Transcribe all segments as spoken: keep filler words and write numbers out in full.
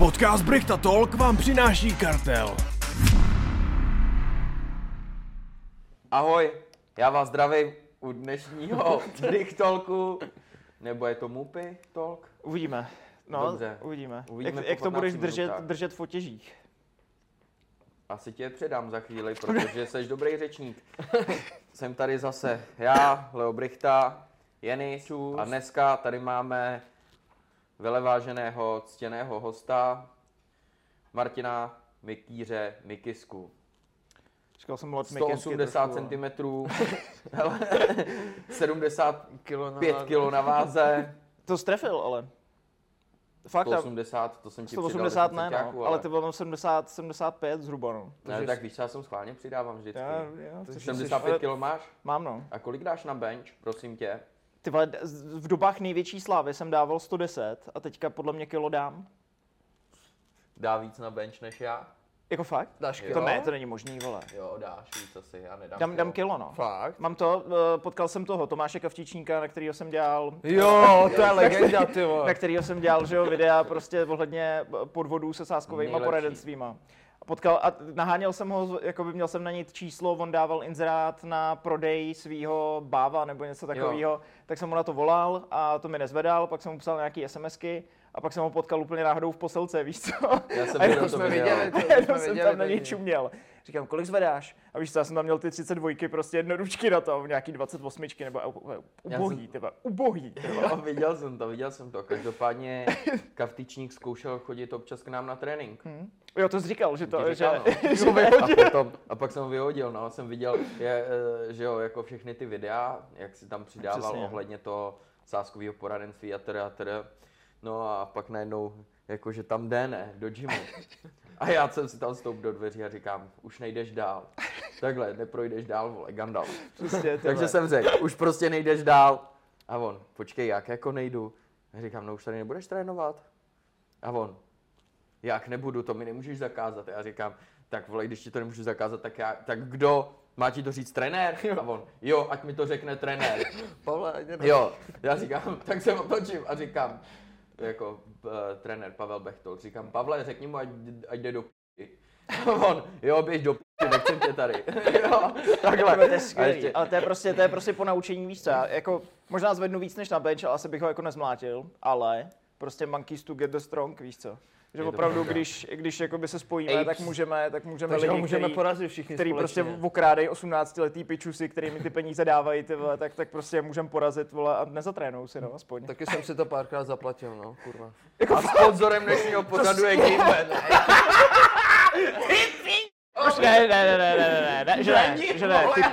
Podcast Brichta Talk vám přináší Kartel. Ahoj, já vás zdravím u dnešního Bricht Talku. Nebo je to Mupy Talk? Uvidíme. No, Dobře. uvidíme. Uvidíme jak, po jak to budeš držet, minutách. držet v fotěžích? Asi tě předám za chvíli, protože jsi dobrý řečník. Jsem tady zase já, Leo Brichta, Jenis a dneska tady máme veleváženého, ctěného hosta Martina Mikýře Mikisku. Říkal jsem Lord sto osmdesát centimetrů, sedmdesát pět kilo na váze. To strefil, ale. Fakt, sto osmdesát, to jsem ti sto přidal osmdesát ne, centiáku, no, ale ty bylo sedmdesát, sedmdesát pět zhruba, no. Ne, tak víš, já jsem schválně přidávám vždycky. Já, já, to sedmdesát pět kilo máš? Mám, no. A kolik dáš na bench, prosím tě? Ty vole, v dobách největší slávy jsem dával sto deset a teďka podle mě kilo dám. Dá víc na bench než já? Jako fakt? Dáš Jo. kilo? To ne, to není možný, vole. Jo, dáš víc asi, já nedám Dám, dám kilo, no. Fakt? Mám to, eh, potkal jsem toho Tomáše Kavtičníka, na kterýho jsem dělal... Jo, to je legenda, ty vole. Na kterýho jsem dělal, že jo, videa prostě ohledně podvodů se sázkovejma Nejlepší. poradenstvíma. A potkal a naháněl jsem ho, jako by měl jsem na něj číslo, on dával inzerát na prodej svýho báva nebo něco takového, tak jsem mu na to volal a to mi nezvedal, pak jsem mu psal nějaký SMSky a pak jsem ho potkal úplně náhodou v posilce, víš co? Já jsem A viděl jenom to jsme video. viděli, to A jsme jenom jsem viděli tam na něj taky. čuměl. Říkám, kolik zvedáš? A víš co, já jsem tam měl ty třicet dva, prostě jednoručky na to, nějaký dvacet osm nebo ubohý, tyba, ubohý. Jo, viděl jsem to, viděl jsem to. Každopádně Kavtičník zkoušel chodit občas k nám na trénink. Hmm. Jo, to jsi říkal, že Ti to, že, říkal, no. že A, potom, a pak jsem ho vyhodil, no, jsem viděl, je, eh, že jo, jako všechny ty videa, jak si tam přidával Přesně. ohledně toho sázkového poradenství a teda a teda. No a pak najednou, jakože tam jde, ne, do gymu. A já jsem si tam stoup do dveří a říkám, už nejdeš dál. Takhle, neprojdeš dál, vole, Gandalf. Prostě, Takže jsem řekl, už prostě nejdeš dál. A on, počkej, jak jako nejdu? A říkám, no už tady nebudeš trénovat. A on, jak nebudu, to mi nemůžeš zakázat. A já říkám, tak vole, když ti to nemůžu zakázat, tak, já, tak kdo? Má ti to říct trenér? A on, jo, ať mi to řekne trenér. Pavle, jde na- Jo, já říkám, tak se otočím a říkám, jako uh, trenér Pavel Bechtol, říkám, Pavle, řekni mu, ať, ať jde do p***y. A on, jo, běž do p***y, nechcem tě tady. Jo, takhle. To je skvělý, ještě- ale to je prostě, to je prostě po naučení, víš co, já jako možná zvednu víc než na bench, ale asi bych ho jako nezmlátil, ale prostě monkeys to get the strong, víš co. Že Je to opravdu, pravda. když, když jakoby se spojíme, Apes. tak můžeme, tak můžeme Takže ho lidi, můžeme který, porazit všichni který prostě společně. okrádejí osmnáctiletý pičusy, kterými ty peníze dávají, ty vole, tak, tak prostě je můžeme porazit, vole, a nezatrénou si, no, aspoň. Taky jsem si to párkrát zaplatil, no, kurva. A sponzorem dnešního pořadu je Gamebet. Už ne, ne, ne, ne, ne, ne, ne, že ne, že ne, ty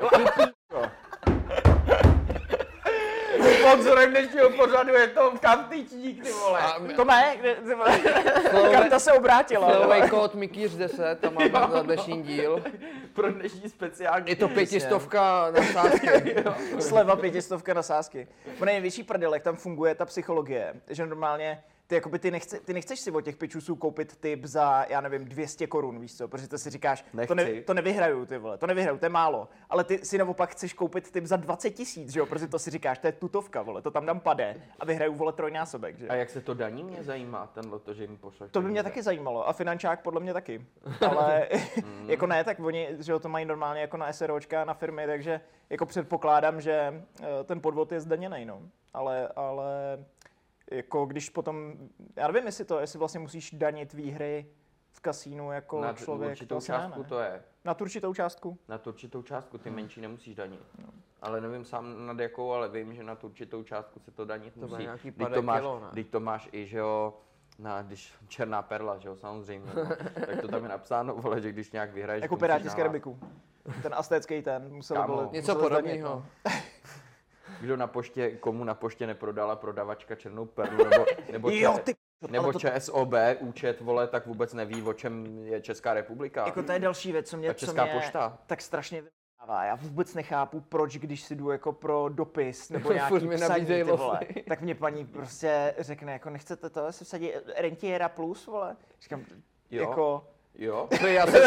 Sponzorem dnešního pořadu je to Kavtičník, ty vole. to ne, kde, ty vole, karta se obrátila. Filový kód Mikýř deset, tam máme na dnešní díl. Pro dnešní speciální. Je to pětistovka na sázky. Sleva pětistovka na sázky. On je největší prdel, jak tam funguje ta psychologie, že normálně ty, jakoby, ty, nechce, ty nechceš si od těch pičusů koupit tip za, já nevím, dvě stě korun, víš co, protože to si říkáš, to, ne, Nechci. to nevyhraju, ty vole, to nevyhraju, to je málo, ale ty si naopak chceš koupit tip za dvacet tisíc, že jo, protože to si říkáš, to je tutovka, vole, to tam dám pade a vyhraju, vole, trojnásobek, že jo. A jak se to daní, mě zajímá, tenhle to, že jim pošleš. To by mě taky zajímalo a finančák podle mě taky, ale jako ne, tak oni, že jo, to mají normálně jako na SROčka, na firmy, takže jako předpokládám, že eh, ten podvod je zdaněný, no, ale, ale jako když potom, já nevím, jestli to, jestli vlastně musíš danit výhry v kasínu jako Na člověk, určitou asi ne, částku ne. to je. Na tu určitou částku? Na tu určitou částku, ty menší nemusíš danit. Ale nevím sám nad jakou, ale vím, že na tu určitou částku se to danit bude musí. nějaký Když pade to máš, kilo, ne? když to máš i, že jo, na, když černá perla, že jo, samozřejmě, no, tak to tam je napsáno, vole, že když nějak vyhraješ, Jako to Piráti musíš z nahlásit. Karibiku. Ten aztécký ten, musel Kámo, byl Něco musel zdanit, podobného. no. Kdo na poště, komu na poště neprodala prodavačka černou perlu, nebo, nebo, Jo, če- ty nebo ale to- ČSOB účet, vole, tak vůbec neví, o čem je Česká republika. Jako to je další věc, co mě, Ta co Česká mě pošta. tak strašně vymává. Já vůbec nechápu, proč, když si jdu jako pro dopis nebo nějaký Furt mi psaní, nabízejí ty vole, losy. tak mě paní prostě řekne, jako nechcete to, se vsadí Rentiera Plus, vole. Říkám, Jo. jako, Jo? Já jsem,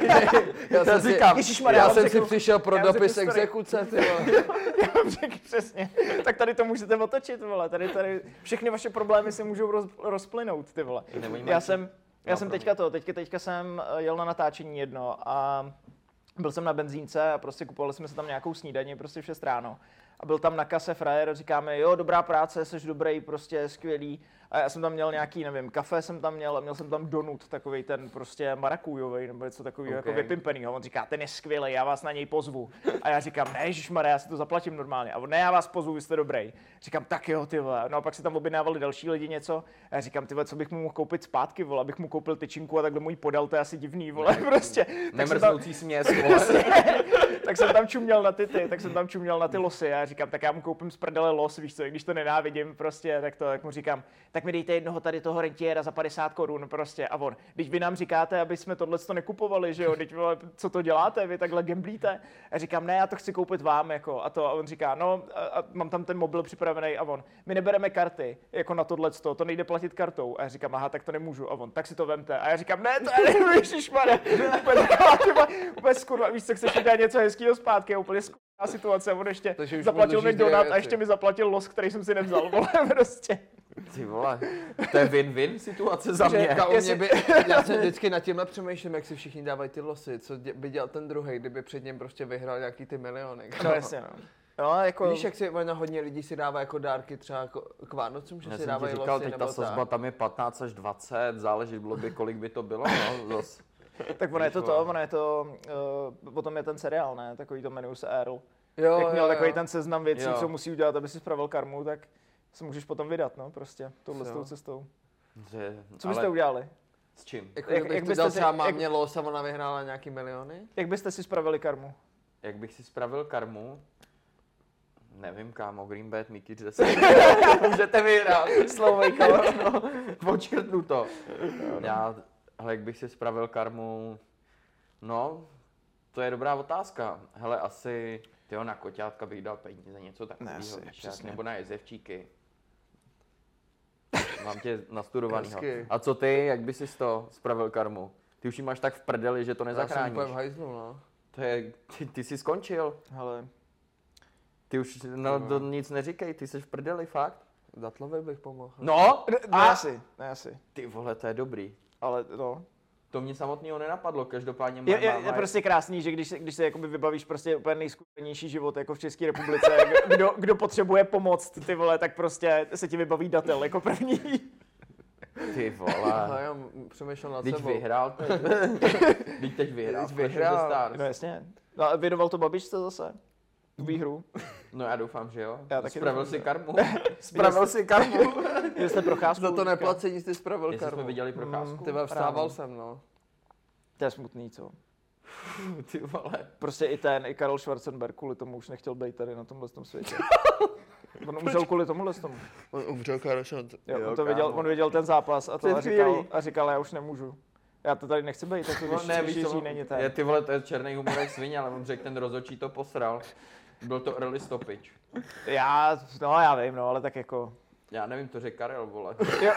já jsem, si, Ježišmarja, já vám jsem si řeknu- přišel pro já vám dopis řeknu story. exekuce, ty vole. Já vám řeknu přesně. Tak tady to můžete otočit, vole. Tady, tady všechny vaše problémy se můžou roz, rozplynout, ty vole. Nebojím, Já Martin. jsem, já No, jsem promiň. teďka to, teďka, teďka jsem eh, jel na natáčení jedno a byl jsem na benzínce a prostě kupovali jsme se tam nějakou snídani, prostě v šest ráno. A byl tam na kase frajer, říkáme, jo, dobrá práce, jsi dobrý, prostě skvělý. A já jsem tam měl nějaký, nevím, kafe jsem tam měl a měl jsem tam donut, takový ten prostě marakujový nebo něco takového, Ok. jako vypimpenýho. On říká, ten je skvělý, já vás na něj pozvu. A já říkám, ne, ježišmarja, já si to zaplatím normálně. A on, ne, já vás pozvu, vy jste dobrý. Říkám, tak jo, ty vole. No a pak si tam objednávali další lidi něco. A já říkám, ty vole, co bych mu mohl koupit zpátky, vole, abych mu koupil tyčinku a takhle mu ji podal, to je asi divný, vole, prostě. Tak jsem tam- Nemrznoucí směs, vole. tak jsem tam čuměl na ty, ty, tak jsem tam čuměl na ty losy a já říkám, tak já mu koupím z prdele los, víš co, i když to nenávidím prostě, tak to, tak mu říkám, tak mi dejte jednoho tady toho rentiera za padesát korun prostě a on, když vy nám říkáte, aby jsme tohle to nekupovali, že jo, teď vole, co to děláte, vy takhle gamblíte? A říkám, ne, já to chci koupit vám, jako, a to, a on říká, no, a, a mám tam ten mobil připravený a on, my nebereme karty, jako na tohle to, to nejde platit kartou. A já říkám, aha, tak to nemůžu, a on, tak si to vemte. A já říkám, ne, to já nevím, ježišmarja, úplně taková, tyba, úplně skurva, víš co, chceš mi dát něco hezkýho zpátky, a úplně skurva situace, on ještě Takže už zaplatil mu mi držíš dvě donat a věci. ještě mi zaplatil los, který jsem si nevzal, vole, prostě. Ty vole, to je win-win situace za Že- mě. Jako, Jestli- mě by, já se vždycky nad tímhle přemýšlím, jak si všichni dávají ty losy, co dě, by dělal ten druhý, kdyby před ním prostě vyhrál nějaký ty miliony. No jasně, no. No, jako, Víš, jak si ono hodně lidí si dává jako dárky třeba jako k Vánocům, že Já si jsem ti dávají říkal, losy teď ta nebo sazba tak. tam je patnáct až dvacet, záleží bylo by, kolik by to bylo, no, zas. tak ono je to Víš, to, vole. ono je to, uh, potom je ten seriál, ne, takový to jmenuje se Earl. Jo, Jak měl jo, takový jo. ten seznam věcí, Jo. co musí udělat, aby si spravil karmu, tak se můžeš potom vydat, no, prostě, touhle Jo. tou cestou. Že, Co byste udělali? S čím? Jako, Jak- jak, jak jak byste dal si- třeba jak- mámě los a ona vyhrála nějaký miliony? Jak byste si spravili karmu? Jak bych si spravil karmu? Nevím, kámo, Green Bad, Mickey deset. Můžete vyhrát. Slovej kolo. no, počkrtnu to. Já, hele, jak bych si spravil karmu? No, to je dobrá otázka. Hele, asi, tyjo, na koťátka bych dal peníze, něco takového, asi, víš, přesně. nebo na jezevčíky. Mám tě nastudovanýho. Hezky. A co ty, jak bys si to spravil karmu? Ty už ji máš tak v prdeli, že to Já jsem nezachráníš. úplně v hajzlu, no. To je, ty, ty jsi skončil. Hele, Ty už, no, to nic neříkej, ty jsi v prdeli, fakt. Datlovi bych pomohl. No, ne, ne a asi, ne asi, ty vole, to je dobrý. ale no. To mě samotného nenapadlo, každopádně Je, má, je, má, je má, prostě krásný, že když se, když se jakoby vybavíš prostě úplně nejzkušenější život jako v České republice, kdo, kdo potřebuje pomoc, ty vole, tak prostě se ti vybaví datel jako první. ty Ale vole. já m- přemýšlel nad Teď sebou. vyhrál teď. Teď teď vyhrál. Teď Clash of the vyhrál. Stars. No jasně. No, a věnoval to babičce zase? Tu výhru? No já doufám, že jo. Já taky Spravil doufám, si že- karmu. Spravil si karmu. Měli jste procházku? Za to neplacení jsi spravil Jestli jsme karmu. viděli procházku. Ty vole, Právě. vstával jsem, no. To je smutný, co? Ty vole. Prostě i ten, i Karel Schwarzenberg kvůli tomu už nechtěl být tady na tomhle tom světě. On umřel kvůli tomuhle tomu. On umřel Karešon. Jo, Jo, on, to viděl, kámo. on viděl ten zápas a, to Před a, říkal, chvílí. a říkal, já už nemůžu. Já to tady nechci být, jako No, když, ne, když víš co, Jiří není ten. je, ty vole, to je černý humor jak svině, ale on řekl, ten rozhodčí to posral. Byl to early stoppage. Já, no já vím, no, ale tak jako... Já nevím, to řekl Karel, vole. Jo.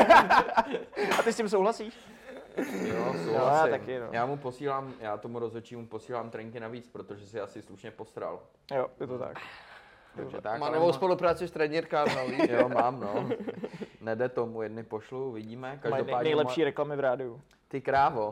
A ty s tím souhlasíš? Jo, souhlasím. já taky, no. Já mu posílám, já tomu rozhodčímu posílám trenky navíc, protože si asi slušně posral. Jo, je to tak. Takže tak, Má ale novou má- spolupráci s trenírkárnou, víš? Jo, mám, no. Nejde tomu, jedny pošlu, uvidíme. Mají nej, Každopádně nejlepší ma- reklamy v rádiu. Ty krávo.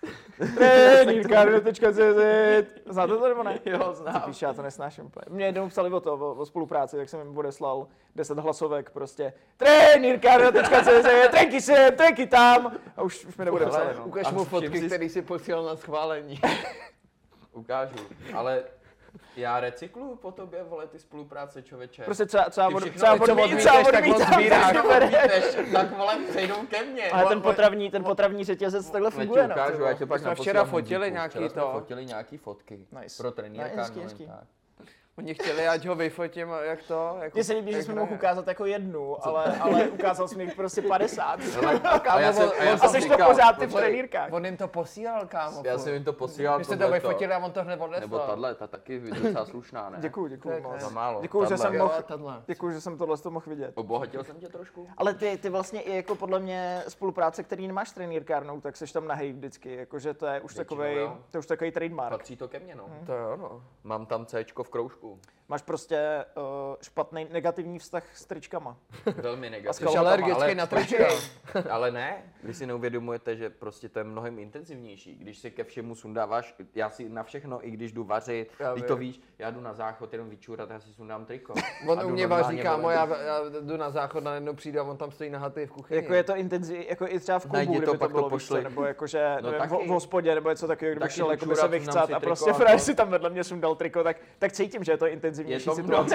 Trenírkárna tečka cé zet. Znáte to nebo ne? Jo, Co znám. píš, já to nesnáším úplně. Mě jednou psali o to, o, o spolupráci, tak jsem jim odeslal deset hlasovek prostě. Trenírkárna tečka cé zet, trenky sem, trenky tam. A už, už mi nebude Ale- psali, no. Ukaž A mu všim fotky, si- který si posílal na schválení. Ukážu, ale já recykluju po tobě, vole, ty spolupráce, člověče. Prostě třeba, třeba, Ty od, všechno- třeba, ty co odmít, odmítneš, třeba tak odmítám, odsbíráš, tak super. odmítneš, tak vole, přejdou ke mně. Ale ten potravní, ten potravní řetězec takhle Já ti funguje, no. ukážu, ty já vole. tě pak jsme naposílám včera fotili muziku. nějaký Včera jsme to. fotili nějaký fotky. Nice. Pro trenýrka, Nice, hezký, no jen hezký. tak. Oni chtěli, ať ho vyfotím, jak to? Jako, Mně se líbí, že jak jsme hraje. mohl ukázat jako jednu, ale, ale ukázal jsem jich prostě padesát. A já jsem, a já A jsem seš to říkal, pořád ty v on- trenýrkách. On jim to posílal, kámo. já furt. jsem jim to posílal, Vy jste to tohleto. vyfotili a on to hned Nebo odeslal. tahle, ta taky docela slušná, ne? Děkuju, děkuju To je moc. krásný. Za málo. Děkuju, že Tahle. jsem Jo, mohl, a tahle. děkuju, že jsem tohle to mohl vidět. Obohatil jsem tě trošku? Ale ty, ty vlastně i jako podle mě spolupráce, který nemáš s trenýrkárnou, tak seš tam nahej vždycky, jakože to je už Většinou takovej, jo. to je už takový trademark. Patří to ke mně, no. To jo, no. Mám tam Cčko v kroužku. Máš prostě uh, špatný negativní vztah s tričkama. Velmi Jsi negativní. alergický ale- na trička. Ale ne, vy si neuvědomujete, že prostě to je mnohem intenzivnější. Když si ke všemu sundáváš, já si na všechno, i když jdu vařit, Já ty vím. to víš, já jdu na záchod jenom vyčůrat, já si sundám triko. A On jdu u mě normálně, vaří, kámo, vole, já, já jdu na záchod, na jednou přijdu a on tam stojí na haty v kuchyni. Jako je to intenzivní, jako i třeba v klubu, Najdi to, kdyby to, pak to bylo, víš co, pošli. nebo jakože No nevím, v, taky. v hospodě, nebo něco takového, kdyby Taky šel jdu jakoby se čurat, sundám vychcat si a triko prostě a frajer to. si tam vedle mě sundal triko, tak, tak cítím, že je to intenzivnější Je to situace.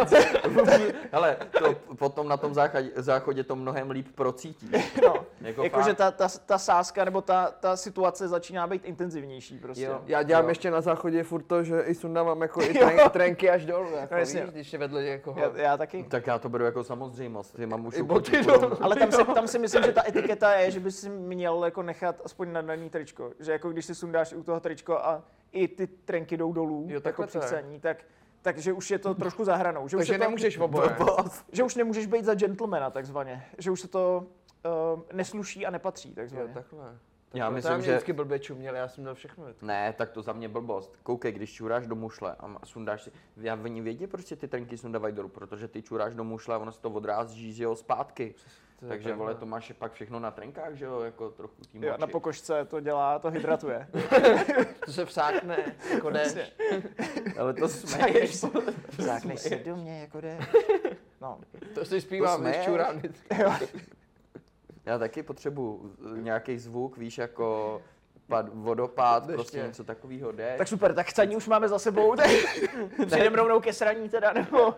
mnohem, hele, to potom na tom záchodě, záchodě to mnohem líp procítí. No, Jako jakože fakt. ta, ta, ta sázka nebo ta, ta situace začíná být intenzivnější prostě. Jo. Já dělám Jo. ještě na záchodě furt to, že i sundávám jako i Jo. tren, trenky až dolů, jako, No, jasně. víš, když je vedle někoho. Já, já taky. Tak já to beru jako samozřejmost, ty mám už I u boty kočíku. dolů. Ale tam si, tam si myslím, že ta etiketa je, že bys si měl jako nechat aspoň nadaný tričko. Že jako když si sundáš u toho tričko a i ty trenky jdou dolů, Jo, jako takhle při to je. chcení, tak takže už je to trošku za hranou. Že už Takže je to, nemůžeš oboje. že už nemůžeš být za gentlemana takzvaně. Že už se to uh, nesluší a nepatří Jo, takzvaně. takhle. Já To myslím, mě že... vždycky blbě čuměl, já jsem měl všechno. Ne, tak to za mě blbost. Koukej, když čuráš do mušle a sundáš si, já oni vědí, proč si ty trenky sundávají dolů, protože ty čuráš do mušle a ono se to odrází, že jo, zpátky. To je Takže pravda. vole, to máš pak všechno na trenkách, že jo, jako trochu tím Jo, na pokožce to dělá, to hydratuje. To se vsákne, jako jdeš. Přesně. Ale to smeješ. Zákneš se do mě, jako jde. No. To si zpívám, To když smeješ. čurám vždycky. Já taky potřebuju nějaký zvuk, víš, jako pad, vodopád, Deště. prostě něco takového jde. Tak super, tak chcení už máme za sebou, tak přejdeme rovnou ke sraní teda, nebo...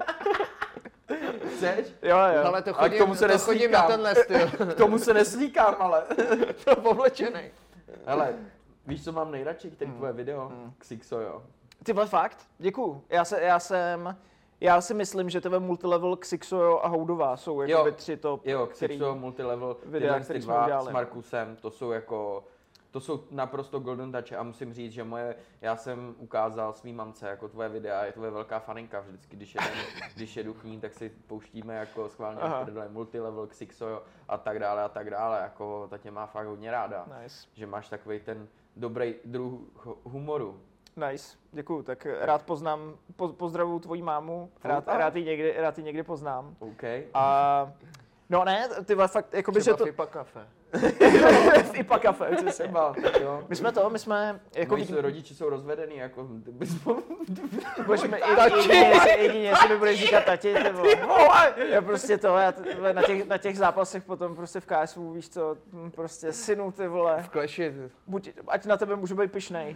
Chceš? Jo, jo. Ale to A k chodím, tomu se to chodím neslíkám. na tenhle styl. K tomu se neslíkám, ale. To povlečený. Hele, víš, co mám nejradši, který tvoje video? Xixo, jo. Ty vole, fakt? Děkuju. Já, se, já jsem... Já si myslím, že tebe Multilevel, Xixo a Houdová jsou jako tři top, Jo, který... Xixo, Multilevel, videa, tyhle ty který jsme dva udělali. s Markusem, to jsou jako, to jsou naprosto golden touch a musím říct, že moje, já jsem ukázal svý mamce jako tvoje videa, je tvoje velká faninka, vždycky, když jedem, když jedu k ní, tak si pouštíme jako schválně Aha. prdele, Multilevel, Xixo jo, a tak dále a tak dále, jako ta tě má fakt hodně ráda, Nice, že máš takový ten dobrý druh hu- humoru. nice, děkuju. Tak rád poznám, po, pozdravuju tvoji mámu, rád, Fakt? rád, ji někdy, rád ji někdy poznám. OK. A... No ne, ty vole, fakt, jakoby, že Třeba to... Fipa kafe. v I P A kafe, přesně. Třeba, tak jo. My jsme to, my jsme, jako Moji rodiče jsou rozvedený, jako bys Můžeme jedině, jedině si mi budeš říkat tati, ty vole. Já prostě to, já ty vole, na těch, na těch zápasech potom prostě v K S U, víš co, hm, prostě synu, ty vole, V kleši. buď, ať na tebe můžu být pyšnej.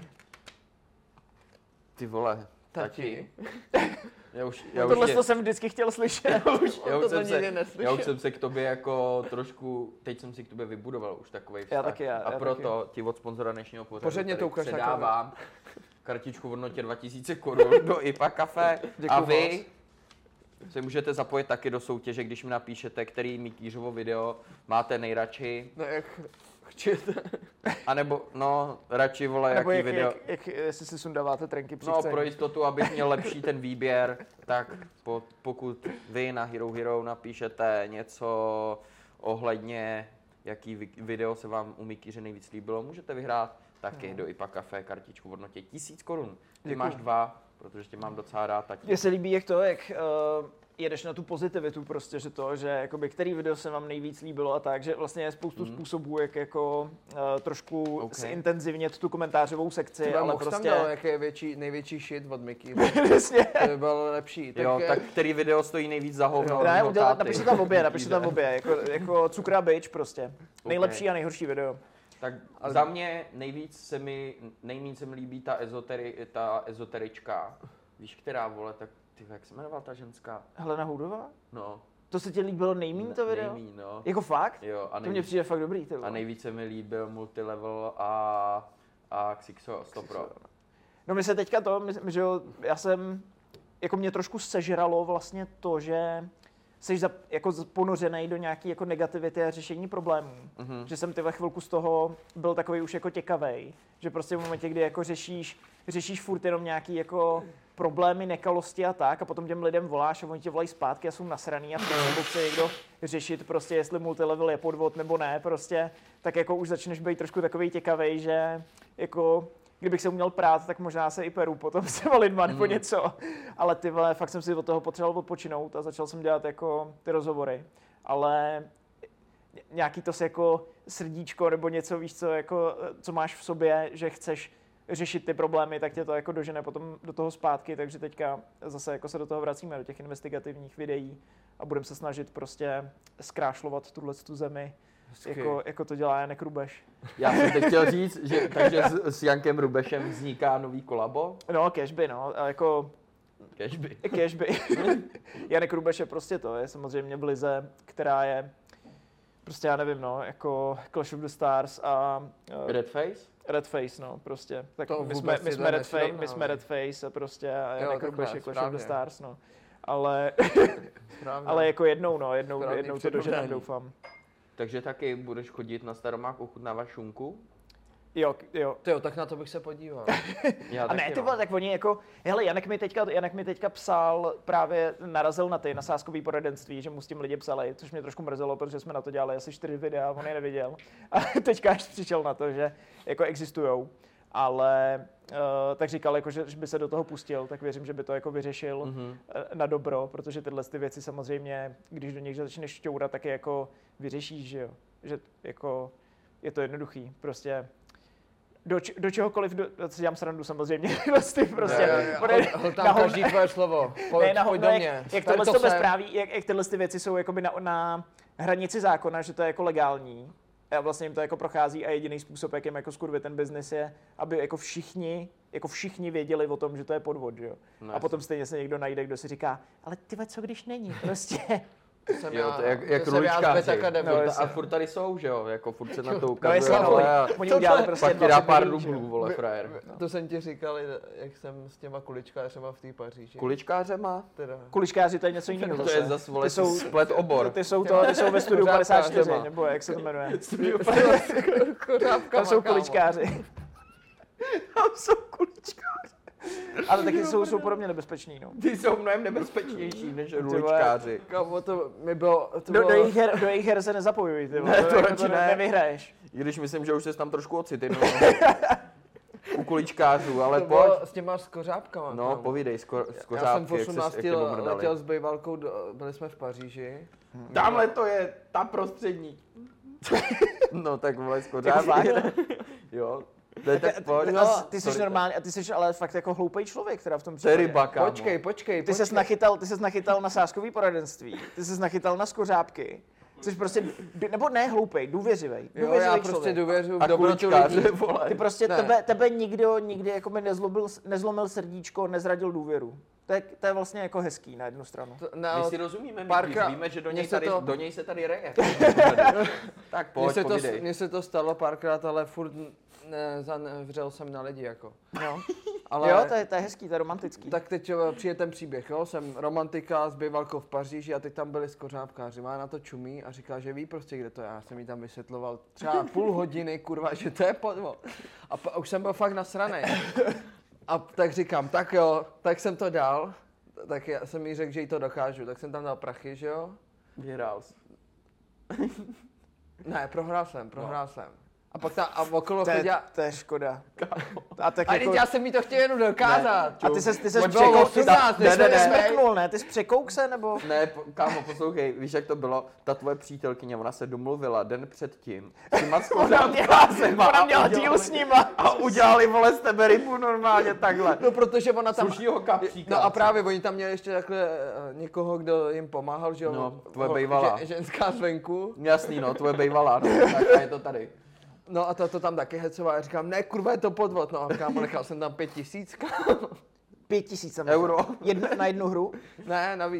Ty vole, Tati. tati. Já už, já už Tohle tě- to jsem vždycky chtěl slyšet. já už, to jsem nikdy se, neslyšel. já už jsem se k tobě jako trošku, teď jsem si k tobě vybudoval už takový vztah. Já taky, já- A já proto taky. ti od sponzora dnešního pořadu Pořádně tady to ukaž na předávám kartičku v hodnotě dva tisíce korun do I P A kafe. Děkuju A vy moc. se můžete zapojit taky do soutěže, když mi napíšete, který Mikýřovo video máte nejradši. No jak chcete. A nebo, no, radši vole, Nebo jaký jak, video. jak, jak, jestli si sundáváte trenky při No, chcení. pro jistotu, abych měl lepší ten výběr, tak po, pokud vy na Hero Hero napíšete něco ohledně, jaký vi- video se vám u Mikýře nejvíc líbilo, můžete vyhrát taky do I P A kafe kartičku v hodnotě tisíc korun. Ty Děkuju. máš dva, protože tě mám docela rád. Tati. Mně se líbí, jak to, jak uh, jedeš na tu pozitivitu prostě, že to, že jakoby, který video se vám nejvíc líbilo a tak, že vlastně je spoustu Mm. způsobů, jak jako uh, trošku OK. okay. zintenzivnět tu komentářovou sekci, Třeba ale mohl tam prostě... dal, jaký je větší, největší shit od Mickey. Přesně. To by bylo lepší. Tak, Jo, eh, tak který video stojí nejvíc za hovno? Ne, od udělá, táty? napište tam obě, napište tam Mikýře. obě, jako, jako cukra bitch prostě. Nejlepší a nejhorší video. Tak Ale- za mě nejvíc se mi, nejméně se mi líbí ta, ezoteri, ta ezoterička. Víš, která, vole, tak ty, jak se jmenovala ta ženská? Helena Houdová? No. To se ti líbilo nejmín to video? Nejmíň, no. Jako fakt? Jo, a To mně nejvíc, přijde fakt dobrý, ty a vole. nejvíce mi líbil Multilevel a, a Xixo, sto pro. No my se teďka to, my, my, že jo, já jsem jako mě trošku sežralo vlastně to, že jsi za, jako ponořený do nějaký jako negativity a řešení problémů. Mm-hmm. Že jsem ty ve chvilku z toho byl takový už jako těkavej, že prostě v momentě, kdy jako řešíš, řešíš furt jenom nějaký jako problémy, nekalosti a tak a potom těm lidem voláš a oni tě volají zpátky a jsou nasraný a nebo chce někdo řešit prostě, jestli multilevel je podvod nebo ne prostě, tak jako už začneš být trošku takovej těkavej, že jako kdybych se uměl prát, tak možná se i peru potom s těma lidma nebo mm. něco. Ale ty vole, fakt jsem si od toho potřeboval odpočinout a začal jsem dělat jako ty rozhovory. Ale nějaký to se jako srdíčko nebo něco, víš co, jako, co máš v sobě, že chceš řešit ty problémy, tak tě to jako dožene potom do toho zpátky, takže teďka zase jako se do toho vracíme, do těch investigativních videí a budeme se snažit prostě zkrášlovat tuhle tu zemi. Jako, jako to dělá Janek Rubeš. Já jsem teď chtěl říct, že takže s, s Jankem Rubešem vzniká nový kolabo. No, Cashby, no, a jako... Cashby. Cashby. Janek Rubeš je prostě to, je samozřejmě v lize, která je prostě, já nevím, no, jako Clash of the Stars a... Uh, Redface? Redface, no, prostě. Tak to my jsme, my jsme Redface, my jsme ale... Redface a prostě a Janek jo, Rubeš je Clash of the Stars, no. Ale, Správně. ale jako jednou, no, jednou, Správný jednou to doženem, doufám. Takže taky budeš chodit na Staromák ochutnávat šunku? Jo, jo. Tyjo, tak na to bych se podíval. Já A ne, ty vole, tak oni jako, hele, Janek mi teďka, Janek mi teďka psal, právě narazil na ty, na sázkový poradenství, že mu s tím lidi psali, což mě trošku mrzelo, protože jsme na to dělali asi čtyři videa, on je neviděl. A teďka až přišel na to, že jako existujou. Ale uh, tak říkal, jako, že, že by se do toho pustil, tak věřím, že by to jako vyřešil mm-hmm. na dobro, protože tyhle ty věci samozřejmě, když do nich začneš šťourat, tak je jako vyřešíš, že jo. Že jako je to jednoduchý, prostě do, č- do čehokoliv, do, si dělám srandu samozřejmě, prostě prostě. Jo, jo, jo. Hol tam každý tvoje slovo, pojď, ne, pojď no, do jak, mě. Jak tohle to bezpráví, jak, jak tyhle ty věci jsou jakoby na, na hranici zákona, že to je jako legální, a vlastně jim to jako prochází a jediný způsob, jak jim jako skurvit ten biznis je, aby jako všichni, jako všichni věděli o tom, že to je podvod, že jo. No, a potom stejně se někdo najde, kdo si říká, ale ty co když není, prostě. Jsem jo, já, to jak, jak ruličkáři. No, a furt tady jsou, že jo, jako furt se na to ukazuje, no, ale a oni udělali prostě pak ti dá pár rublů, vole, frajer. No. To jsem ti říkal, jak jsem s těma kuličkářema v té Paříži. Kuličkářema? Teda. Kuličkáři, to je něco jiného. To je zase, vole, jsou, splet obor. Ty jsou, to, ty jsou ve studiu padesát čtyři, nebo jak se to jmenuje. Tam jsou kuličkáři. Tam jsou kuličkáři. Ale taky jsou, jsou podobně nebezpeční, no. Ty jsou mnohem nebezpečnější než ruličkáři. Kámo, to mi bylo... To do, bylo... do, jejich her, do jejich her se nezapojuj, ty ne, to, to radši ne. Nevyhraješ. I když myslím, že už jsi tam trošku ocitnul. U kuličkářů, ale to pojď. S těma skořápkama. No, tam. povídej, sko, skořápky, já jsem v osmnácti jak letěl s bejvalkou, do, byli jsme v Paříži. Hmm. Tamhle to je ta prostřední. No tak vole, skořápky. Jo. Ne, tak pojď. No, ty jsi normální, a ty jsi ale fakt jako hloupej člověk, teda v tom případě. Ryba, kámo. Počkej, počkej, ty ses nachytal, ty ses nachytal na sázkový poradenství, ty ses nachytal na skořápky. Jsi prostě, nebo ne hloupej, důvěřivej. Jo, já prostě důvěřuji v dobrotu lidí. Ty prostě tebe, tebe nikdo nikdy jako mi nezlobil, nezlomil srdíčko, nezradil důvěru. To je, to je vlastně jako hezký na jednu stranu. To, no, my si rozumíme, my párkrát, víme, že do něj, tady, to, do něj se tady reje. Tak pojď, mně se, to, mně se to stalo párkrát, ale furt ne, zavřel jsem na lidi, jako. No. Ale, jo, to je, to je hezký, to je romantický. Tak teď přijde ten příběh, jo, jsem romantika s bývalkou v Paříži a teď tam byli skořápkáři, má na to čumí a říká, že ví prostě, kde to je. Já jsem jí tam vysvětloval třeba půl hodiny, kurva, že to je podvod. A pa, už jsem byl fakt nasranej. A tak říkám, tak jo, tak jsem to dal, tak já jsem jí řekl, že jí to dokážu, tak jsem tam dal prachy, že jo. Vyhrál jsi. Ne, prohrál jsem, prohrál no. jsem. A pak ta, a okolo to, je, chodila... to je škoda. A tak a jako... já jsem jí to chtěl jenom dokázat. Ne. A ty ses, ty ses překouk... Ty, osmnáct, ty, ty, ne, ty jsi ne, mrknul, ne? Ty jsi překouk se, nebo? Ne, po, kámo, poslouchej, víš, jak to bylo? Ta tvoje přítelkyně, ona se domluvila den předtím. S těma skořápkázema. Ona měla díl s nima. A udělali, vole, z tebe rybu normálně takhle. No, protože ona tam... Slušnýho kapříka. No a právě, oni tam měli ještě takhle někoho, kdo jim pomáhal, že jo? No, tvoje bejvalá. Že, ženská zvenku. Jasný, no, tvoje bejvalá, no, tak a je to tady. No a to, to tam taky hecovala, já říkám, ne, kurva, je to podvod, no a kámo, nechal jsem tam pět tisíc, Pět tisíc tam euro. Jedno, na jednu hru? Ne, navíc.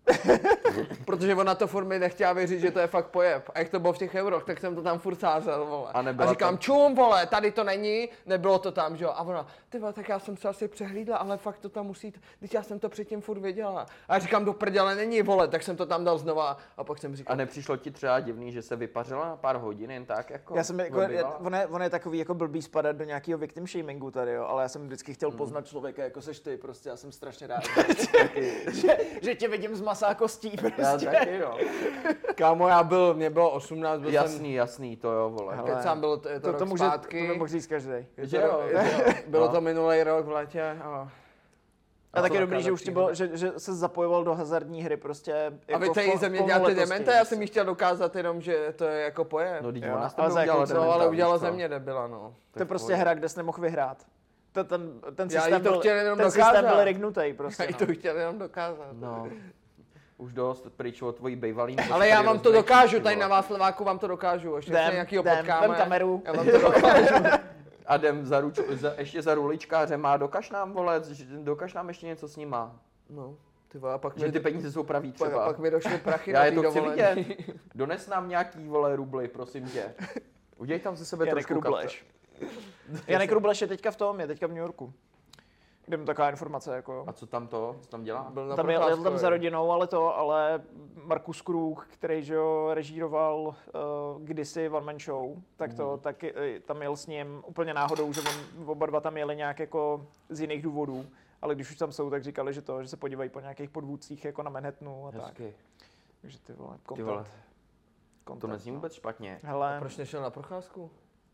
Protože ona to furt mi nechtěla věřit, že to je fakt pojeb. A jak to bylo v těch euroch, tak jsem to tam furt sázel, vole. A A, nebyla říkám, tam- čum, vole, tady to není, nebylo to tam, že jo. A ona, ty vole, tak já jsem se asi přehlídla, ale fakt to tam musí, teď já jsem to předtím furt věděla. A já říkám, do prdele není, vole, tak jsem to tam dal znova. A pak jsem říkal, A nepřišlo ti třeba divný, že se vypařila na pár hodin jen tak jako? Já jsem jako, odbyvala? on, je, on je takový jako blbý spadat do nějakého victim shamingu tady, jo, ale já jsem vždycky chtěl poznat člověka, jako seš ty, prostě já jsem strašně rád, že, že tě vidím z masa a kostí, prostě. Já taky, no. kámo, já byl, mě bylo osmnáct, byl Jasný, jsem, jasný, to jo, vole. Hele. kecám, bylo to, je to, To, rok to, může, zpátky. to by mohl říct každý. Je Že to, jo, je to, bylo no. to minulý rok v létě. A, A tak je to dobrý, že už ti bylo, zakázat že, že se zapojoval do hazardní hry prostě. A Jako vy tady v- ze mě v děláte plnoletosti. demente, já jsem jí chtěl dokázat jenom, že to je jako pojem. No, teď Jo, ona s ale tebou za udělala jakou cenu? No, dementa, ale udělala víš co? ze mě debila, no. To je prostě hra, kde jsi nemohl vyhrát. To, ten, ten Já jí systém, to byl, chtěl jenom ten dokázat. systém byl rignutý prostě. Já jí No. to chtěl jenom dokázat. No. Už dost pryč od tvojí bejvalý. Ale já vám to dokážu, tady na vás Slováku vám to dokážu, ještě Jdem, se nějakýho jdem, potkáme. vem kameru. Já vám to dokážu. A jdem za, ruč, za, ještě za ruličkáře má, dokaž nám, vole, dokaž nám ještě něco s nima. No, ty vole, a pak Že mi, ty peníze jsou pravý pak, třeba. pak mi došly prachy Já na je tý to chci dovolený. vidět. Dones nám nějaký, vole, rubly, prosím tě. Udělej tam ze sebe Janek trošku Rubleš. Janek Rubleš je teďka v tom, je teďka v New Yorku. Kde mu taková informace, jako. A co tam to, co tam dělá? Byl na Tam jel, jel tam procházkově. za rodinou, ale to, ale Markus Krug, který že jo, režíroval uh, kdysi One Man Show, tak to, Mhm. tak eh, tam jel s ním úplně náhodou, že on, oba dva tam jeli nějak jako z jiných důvodů, ale když už tam jsou, tak říkali, že to, že se podívají po nějakých podvůdcích jako na Manhattanu a tak. Hezky. Takže ty vole, Ty vole, content. to Content, nezní no. vůbec špatně. Hele, Proč nešel na procházku?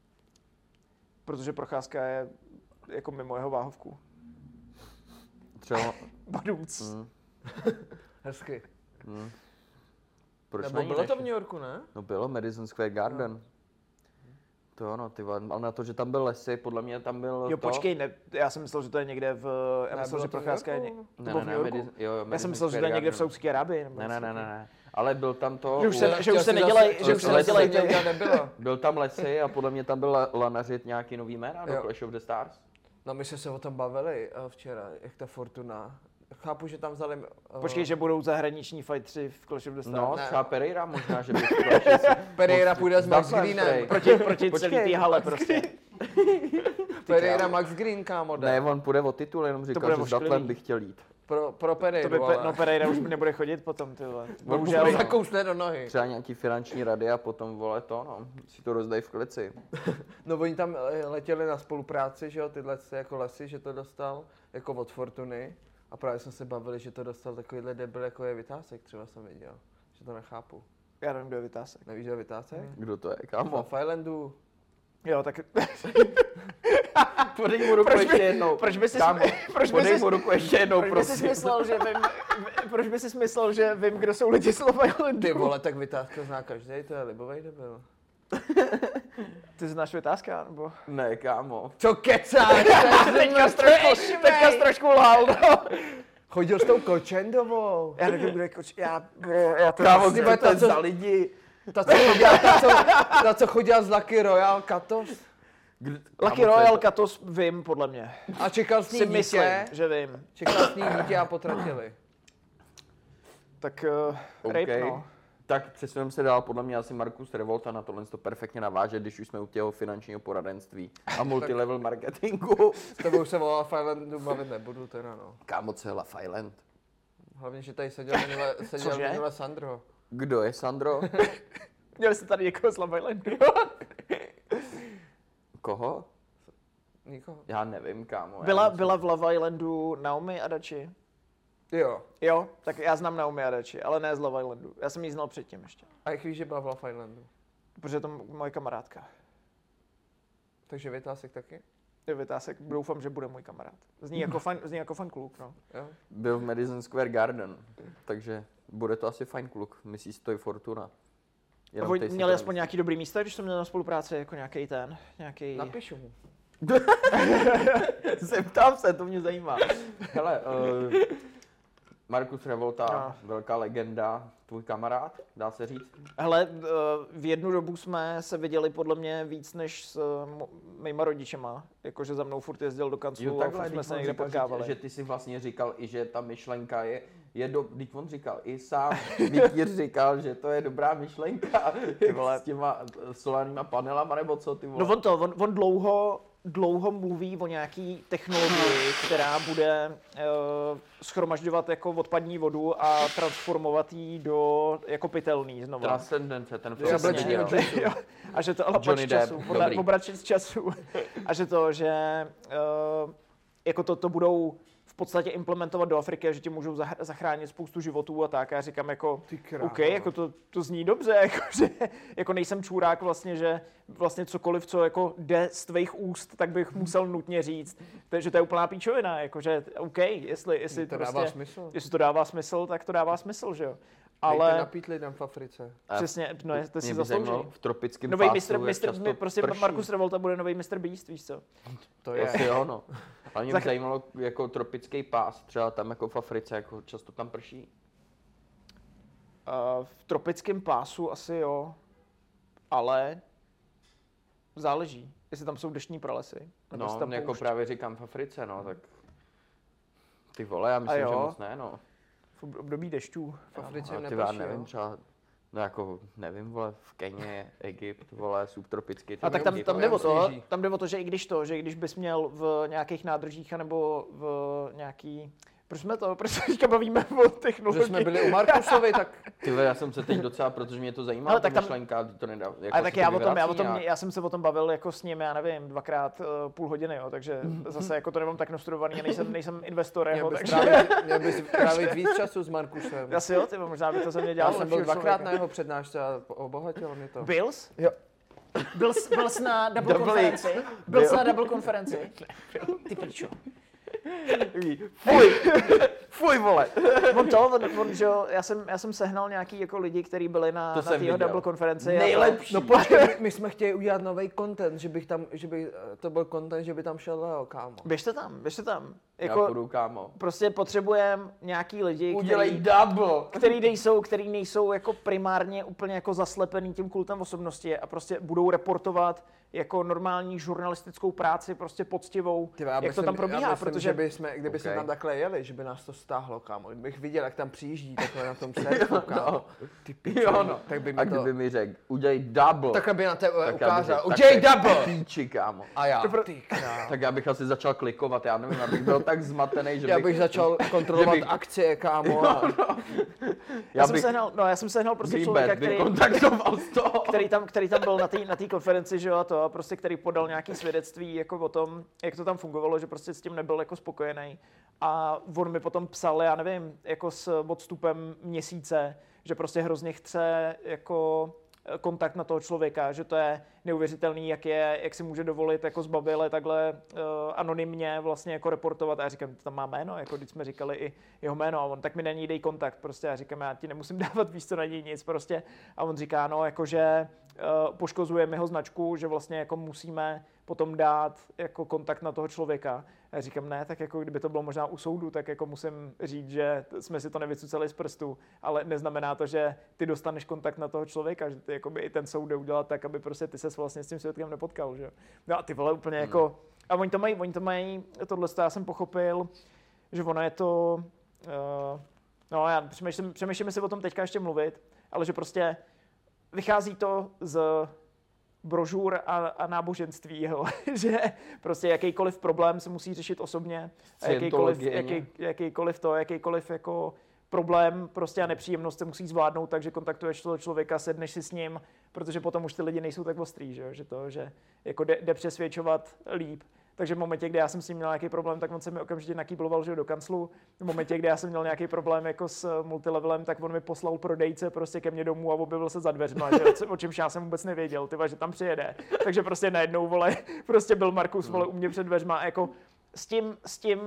protože Procházka je jako mimo jeho váhovku. Třeba, Badumc. mm, Hezky. mm. Proč Nebo není, bylo to než- v New Yorku, ne? No bylo, Madison Square Garden. To jo, no, ty vole, ale na to, že tam byl lesy, podle mě tam byl Jo, to... počkej, ne, já jsem myslel, že to je někde v, já Ne, myslel, bylo že to v Procházka je, New ně- Yorku? to Ne, bylo ne, v New ne, Yorku. Madison, jo, jo, Já Madison jsem myslel, že to Square je někde v Garden. Saudské Arabii. Nebo Ne, ne, něco ne, ne, takového. ne. Ale byl tam to... Že už u- se- Já že už chtěl se si nedělej- zase- že už se zase nedělej mě ty- udělat nebylo. Byl tam lesy a podle mě tam byl lanařit nějaký nový jména do Jo. Clash of the Stars. No my jsme se o tom bavili uh, včera, jak ta Fortuna. Chápu, že tam vzali... Uh, Počkej, že budou zahraniční fightři v Clash of the Stars. No, Ne. třeba Pereira možná, že by to si... Pereira půjde s Max Dublin, Greenem. prej. Proti, proti Počkej, celý té hale prostě. Pereira Max Green, kámo, jde. Ne, on půjde o titul, jenom bude říkal, že s ošklivý. Datlem by chtěl jít. Pro, pro To Pereiru, by, pe, ale no Pereira už nebude chodit potom, ty vole. Bohužel, Bohužel, no. no. zakousne do nohy. Třeba nějaký finanční rady a potom, vole, to, no, si to rozdají v klici. No oni tam eh, letěli na spolupráci, že jo, tyhle jako lesy, že to dostal, jako od Fortuny. A právě jsme se bavili, že to dostal takovýhle debil, jako je Vytásek, třeba jsem viděl. Že to nechápu. Já nevím, kdo je Vytásek. Nevíš, že je Vytásek? Kdo to je, Na kámo? Firelandu. Jo, tak Podej mu ruku Proč by- ještě jednou. proč by si Kámo, proč by podej si mu ruku ještě jednou, proč by si prosím. myslel, že vím, proč by si myslel, že vím, kdo jsou lidi z Love Islandu? Ty vole, tak Vytáska zná každý, to je libovej debil. Ty znáš Vytázka, nebo? Ne, kámo. Co kecáš? Teďka jsi trošku, teďka jsi trošku lhal, no. Chodil s tou Kočendovou. Já nevím, kdo je koč, já, já to Kámo, vlastně- co to je co- za lidi? Ta, co chodila, ta, co, ta, co chodila z Lucky Royal Katos. Kd- Lucky kámo, co je Royal to? Katos vím, podle mě. A čekal s ní Si myslím, dítě. že vím. Čekal s ní dítě a potratili. Tak uh, OK. rape, no. Tak přesuneme se dál, podle mě asi Markus Revolta na tohle to perfektně naváže, když už jsme u těho finančního poradenství a multilevel marketingu. S tebou se volala Firelandu bavit nebudu teda no. Kámo, co je Love Island? Hlavně, že tady seděl minule, seděl Cože? minule Sandro. Kdo je Sandro? Měli jste tady někoho z Love Islandu? Koho? Nikoho. Já nevím, kámo. já Byla, nevím. byla v Love Islandu Naomi Adachi? Jo. Jo, tak já znám Naomi Adachi, ale ne z Love Islandu. Já jsem ji znal předtím ještě. A jak víš, že byla v Love Islandu? Protože je to m- moje kamarádka. Takže Vytásek taky? Je Vytásek, doufám, že bude můj kamarád. Zní jako fan, zní jako fan kluk, no. Jo. Byl v Madison Square Garden, takže bude to asi fajn kluk. Myslíš, to je Fortuna. Jenom Voj, ty si měli to aspoň nějaký dobrý místa, když jsme měli na spolupráci, jako nějaký ten, nějaký... Napíšu mu. Zeptám se, to mě zajímá. Hele, uh, Markus Revolta, No. velká legenda, tvůj kamarád, dá se říct? Hele, eh, v jednu dobu jsme se viděli podle mě víc než s eh, mo- mýma rodičema. Jakože za mnou furt jezdil do kanclu a furt jsme když se on někde říkal, potkávali. Že, že ty si vlastně říkal i, že ta myšlenka je, je do... Teď on říkal, i sám Vikír říkal, že to je dobrá myšlenka, vole, s těma solárníma panelama, nebo co ty vole. No on to, on, on dlouho, dlouho mluví o nějaký technologii, která bude uh, schromažďovat jako odpadní vodu a transformovat ji do jako pitelný znovu. Transcendence, ten film. Přesně, jo. Jo. A že to, ale Johnny pač času, Depp, obračit času. A že to, že uh, jako to, to budou v podstatě implementovat do Afriky a že ti můžou zachránit spoustu životů a tak. A já říkám jako, OK, jako to, to zní dobře, jako, že jako nejsem čůrák vlastně, že vlastně cokoliv, co jako jde z tvých úst, tak bych musel nutně říct, že to je úplná píčovina, jako, že OK, jestli, jestli, to prostě, dává smysl. jestli to dává smysl, tak to dává smysl, že jo. Ale Ale napít lidem v Africe. Přesně, no, to si Mě by zaslouží. zajímalo v tropickém Nový pásu, mistr, jak mistr, často prostě prší. Marcus Revolta bude nový mister Beast, víš co? To je. Asi jo, no. Ale mě by Zach- zajímalo jako tropický pás, třeba tam jako v Africe, jako často tam prší. Uh, v tropickém pásu asi jo, ale záleží, jestli tam jsou deštní pralesy. nebo jestli No, tam jako poušť. právě říkám v Africe, no, tak ty vole, já myslím, jo? že moc ne, no. V ob- období dešťů. V Africe A ty já neprší, nevím, jo? třeba, no jako, nevím, vole, v Keně, Egypt, vole, subtropický. A tak tam, Egypt, tam, vole, jde o to, sněží. tam jde o to, že i když to, že i když bys měl v nějakých nádržích anebo v nějaký... Proč jsme to, proč se teďka bavíme o technologii? Že jsme byli u Markusovi, tak Ty vole, já jsem se teď docela, protože mě to zajímá, Ale ta tak tam- myšlenka, to nedá, jako Ale tak se já to o tom, já, o vyvrací tom, nějak. já jsem se o tom bavil jako s ním, já nevím, dvakrát uh, půl hodiny, jo, takže zase jako to nemám tak nastudovaný, nejsem, nejsem investor, měl jeho, bys, takže... trávit, měl bys trávit víc času s Markusem. Asi jo, ty, možná by to ze mě Já dělalo jsem byl lepšího dvakrát člověka. na jeho přednášce a obohatilo mě to. Byl jsi? Jo. Byl jsi, byl jsi na double, Double konferenci? X. Byl jsi Byl. na double konferenci? Ty pičo. Fuj, fuj, vole. On to, on, on, že jo, já jsem, já jsem sehnal nějaký jako lidi, kteří byli na, To na jsem tého viděl. double konferenci. Nejlepší. No počkej, my- my jsme chtěli udělat nový content, že bych tam, že by to byl content, že by tam šel Leo, kámo. Běžte tam, běžte tam. Já Jako, půjdu, kámo. prostě potřebujeme nějaký lidi, Udělej který, double. který nejsou, který nejsou jako primárně úplně jako zaslepený tím kultem osobnosti a prostě budou reportovat jako normální žurnalistickou práci, prostě poctivou, Ty, já jak myslím, to tam probíhá, já myslím, protože že by jsme, kdyby jsme Okay. tam takhle jeli, že by nás to stáhlo, kámo. Kdybych viděl, jak tam přijíždí takhle na tom surfu, kámo. Ty pičo, Jo, no. tak by A mi to... kdyby mi řekl, udělej double. Takhle by na tebe tak já bych ukázal, řekl, udělej tak to je double! Píči, kámo. A já, pro- ty král. Tak já bych asi začal klikovat, já nevím, abych byl tak zmatený, že Já bych začal kontrolovat že bych- akcie, kámo. A... já, já jsem bych sehnal, no, já jsem sehnal prostě člověka, Greenbet by který, kontaktoval z toho. který tam, který tam byl na té na té konferenci, že jo, a to, a prostě který podal nějaký svědectví jako o tom, jak to tam fungovalo, že prostě s tím nebyl jako spokojený. A on mi potom psal, já nevím, jako s odstupem měsíce, že prostě hrozně chce jako kontakt na toho člověka, že to je neuvěřitelný, jak je, jak si může dovolit jako zbabile takhle uh, anonymně vlastně jako reportovat. A já říkám, tam má jméno, jako když jsme říkali i jeho jméno, a on tak mi na něj dej kontakt, prostě já říkám, já ti nemusím dávat, víš co, na něj nic prostě. A on říká, no, jakože uh, poškozujeme jeho značku, že vlastně jako musíme potom dát jako kontakt na toho člověka. A já říkám, ne, tak jako kdyby to bylo možná u soudu, tak jako musím říct, že jsme si to nevycucali z prstu, ale neznamená to, že ty dostaneš kontakt na toho člověka, že ty jakoby i ten soud jde udělat tak, aby prostě ty ses vlastně s tím svědkem nepotkal, že jo. No a ty vole úplně hmm. jako, a oni to mají, oni to mají, tohle já jsem pochopil, že ono je to, uh, no já přemýšlím, přemýšlím si o tom teďka ještě mluvit, ale že prostě vychází to z brožur a, a náboženství, jo. Že prostě jakýkoliv problém se musí řešit osobně, a jakýkoliv, jaký, jakýkoliv to, jakýkoliv jako problém prostě a nepříjemnost se musí zvládnout, takže kontaktuješ toho člověka, sedneš si s ním, protože potom už ty lidi nejsou tak ostrý, že, jo? Že to, že jako jde, jde přesvědčovat líp. Takže v momentě, kdy já jsem s ním měl nějaký problém, tak on se mi okamžitě nakýbloval, že jo, do kanclu. V momentě, kdy já jsem měl nějaký problém jako s multilevelem, tak on mi poslal prodejce prostě ke mně domů a objevil se za dveřma, že jo, o čemž já jsem vůbec nevěděl, tyva, že tam přijede. Takže prostě najednou, vole, prostě byl Markus, vole, u mě před dveřma a jako s tím, s tím,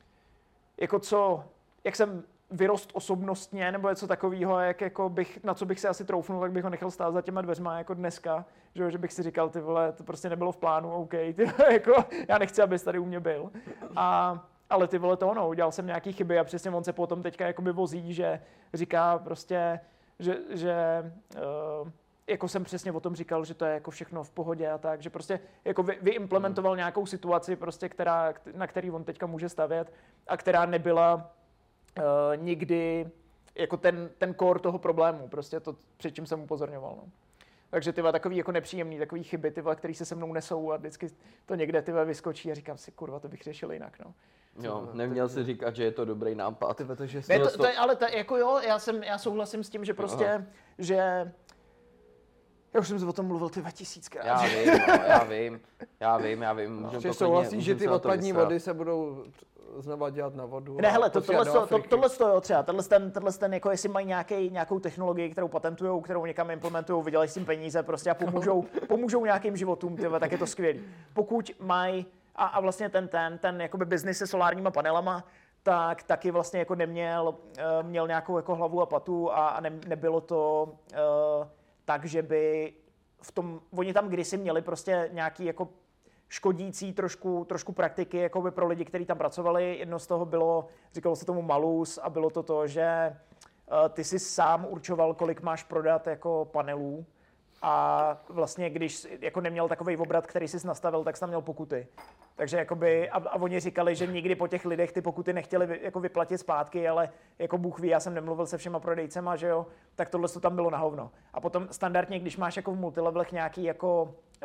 jako co, jak jsem vyrost osobnostně nebo něco takového, jak jako bych, na co bych se asi troufnul, tak bych ho nechal stát za těma dveřma jako dneska, že, že bych si říkal, ty vole, to prostě nebylo v plánu, OK, ty vole, jako, já nechci, abys tady u mě byl. A, ale ty vole to ono, udělal jsem nějaký chyby a přesně on se potom teďka jakoby vozí, že říká prostě, že, že uh, jako jsem přesně o tom říkal, že to je jako všechno v pohodě a tak, že prostě jako vy, vyimplementoval nějakou situaci, prostě, která, na který on teďka může stavět a která nebyla nikdy jako ten, ten core toho problému, prostě to, před čím jsem upozorňoval. No. Takže ty takový jako nepříjemný, takový chyby, ty který se se mnou nesou a vždycky to někde ty vyskočí a říkám si, kurva, to bych řešil jinak, no. Jo, neměl si říkat, že je to dobrý nápad. Tyve, to, že ne, to, to, ale to, jako jo, já, jsem, já souhlasím s tím, že prostě, Aha. že já už jsem o tom mluvil ty tisíckrát. Já vím, no, já vím, já vím, já vím. No. Že souhlasí, že ty odpadní vody se budou znova dělat na vodu. Ne, hele, to, tohle, to, to, tohle to jo, třeba, tenhle ten, tenhle ten, jako jestli mají nějaký, nějakou technologii, kterou patentujou, kterou někam implementují, vydělají s tím peníze prostě a pomůžou, pomůžou nějakým životům, tyhle, tak je to skvělý. Pokud mají, a, a vlastně ten, ten, ten jakoby business se solárníma panelama, tak taky vlastně jako neměl, uh, měl nějakou jako hlavu a patu a, a ne, nebylo to uh, tak, že by v tom, oni tam kdysi měli prostě nějaký jako škodící trošku, trošku praktiky jakoby pro lidi, kteří tam pracovali. Jedno z toho bylo, říkalo se tomu malus a bylo to to, že uh, ty si sám určoval, kolik máš prodat jako panelů a vlastně když jako neměl takovej obrat, který jsi nastavil, tak jsi tam měl pokuty. Takže jakoby, a, a oni říkali, že nikdy po těch lidech ty pokuty nechtěli vy, jako vyplatit zpátky, ale jako Bůh ví, já jsem nemluvil se všema prodejcema, že jo, tak tohle to tam bylo na hovno. A potom standardně, když máš jako v multilevelech nějaký jako uh,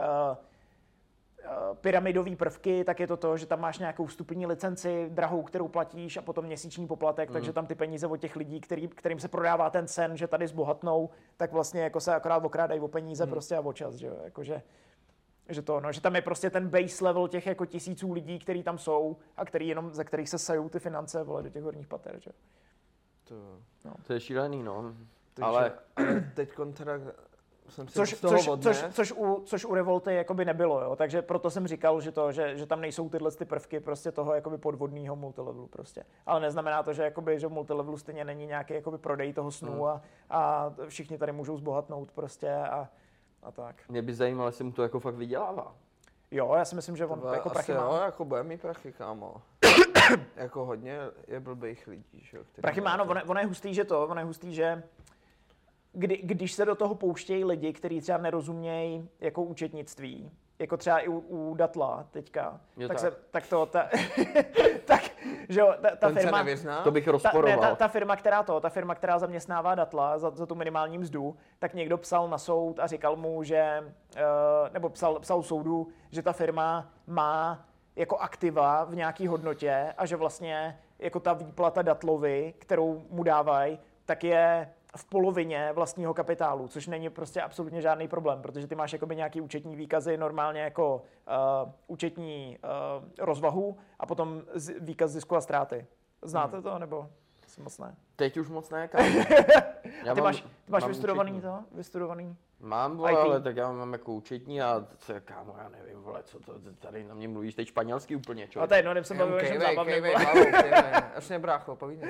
pyramidové prvky, tak je to to, že tam máš nějakou vstupní licenci drahou, kterou platíš a potom měsíční poplatek, mm. takže tam ty peníze od těch lidí, který, kterým se prodává ten sen, že tady zbohatnou, tak vlastně jako se akorát okrádají o peníze mm. prostě a o čas, že jo, jakože že to, no, že tam je prostě ten base level těch jako tisíců lidí, kteří tam jsou a který jenom, ze kterých se sajou ty finance, vole, do těch horních pater, že? To, no. To je šílený, no. Takže, ale teď teda jsem si což, z toho což, odnes. což, což, u, což u Revolty jakoby nebylo, jo, takže proto jsem říkal, že, to, že, že tam nejsou tyhle ty prvky prostě toho jakoby podvodného multilevelu prostě. Ale neznamená to, že, jakoby, že v multilevelu stejně není nějaký jakoby prodej toho snu hmm. a, a všichni tady můžou zbohatnout prostě a a tak. Mě by zajímalo, jestli mu to jako fakt vydělává. Jo, já si myslím, že on jako prachy má. Jo, jako bude mít prachy, kámo. Jako hodně je blbých lidí, že jo. Prachy má, no, on je, on je hustý, že to, on je hustý, že kdy, když se do toho pouštějí lidi, kteří třeba nerozumějí jako účetnictví, jako třeba i u, u Datla teďka, jo, tak, tak. Se, tak to, ta, tak, že jo, ta, ta firma, to bych rozporoval. Ta, ne, ta, ta firma, která to, ta firma, která zaměstnává Datla za, za tu minimální mzdu, tak někdo psal na soud a říkal mu, že, uh, nebo psal, psal soudu, že ta firma má jako aktiva v nějaký hodnotě a že vlastně jako ta výplata Datlovi, kterou mu dávají, tak je v polovině vlastního kapitálu, což není prostě absolutně žádný problém, protože ty máš jakoby nějaký účetní výkazy, normálně jako uh, účetní uh, rozvahu a potom z, výkaz zisku a ztráty. Znáte hmm. to, nebo asi moc ne? Teď už moc ne, kámo. Ty máš, ty máš vystudovaný účetní. to? Vystudovaný? Mám, vole, ale tak já mám jako účetní a co, kámo, já nevím, vole, co to, tady na mě mluvíš, teď španělsky úplně, čo? A to je jedno, jdem se bavit, že zábavně. Jasně, brácho, povídej.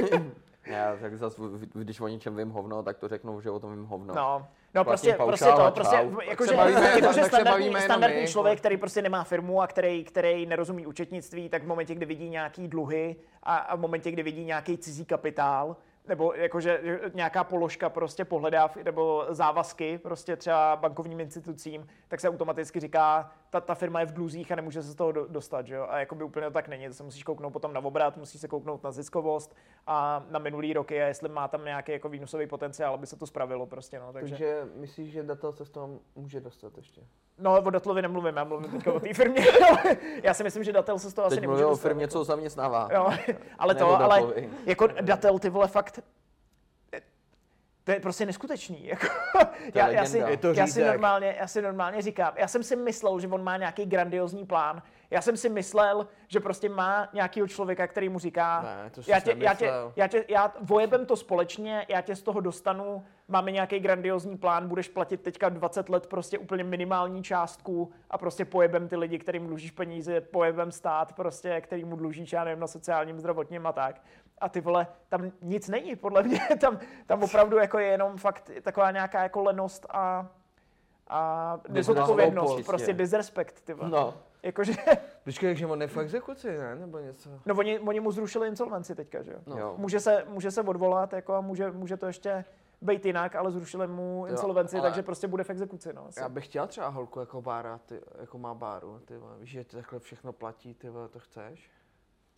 Já tak zase, když o něčem vím hovno, tak to řeknou, že o tom vím hovno. No, no prostě, prostě to, prostě, jakože jako, standardní, standardní člověk, který prostě nemá firmu a který, který nerozumí účetnictví, tak v momentě, kdy vidí nějaký dluhy a, a v momentě, kdy vidí nějaký cizí kapitál, nebo jakože nějaká položka prostě pohledáv, nebo závazky prostě třeba bankovním institucím, tak se automaticky říká, ta, ta firma je v dluzích a nemůže se z toho do, dostat, že jo? A jakoby úplně to tak není, to se musíš kouknout potom na obrat, musíš se kouknout na ziskovost a na minulý roky a jestli má tam nějaký jako výnosový potenciál, aby se to spravilo prostě, no. Takže, takže myslíš, že Datel se z toho může dostat ještě? No, o Datlovi nemluvím, já mluvím teďka o té firmě. Já si myslím, že Datel se z toho Teď asi nemůže dostat. Teď mluvím o firmě, co ho zaměstnává. Jo, ale to, ale jako Datel, ty vole, fakt to je prostě neskutečný. Jako, já, já, si, já, si normálně, já si normálně říkám, já jsem si myslel, že on má nějaký grandiozní plán. Já jsem si myslel, že prostě má nějakýho člověka, který mu říká, ne, to já, tě, já, tě, já, tě, já vojebem to společně, já tě z toho dostanu, máme nějaký grandiozní plán, budeš platit teďka dvacet let prostě úplně minimální částku a prostě pojebem ty lidi, kterým dlužíš peníze, pojebem stát, prostě, který mu dlužíš, já nevím, na sociálním, zdravotním a tak. A ty vole, tam nic není, podle mě, tam, tam opravdu jako je jenom fakt taková nějaká jako lenost a, a nezodpovědnost, prostě disrespekt, ty vole. No. Jakože... Počkej, takže on je v exekuci, ne? Nebo něco? No oni, oni mu zrušili insolvenci teďka, že no. jo? Může se, může se odvolat, jako a může, může to ještě být jinak, ale zrušili mu insolvenci, jo, takže prostě bude v exekuci, no. Já bych chtěl třeba holku jako bára, ty, jako má báru, ty vole. Víš, že takhle všechno platí, ty vole, to chceš?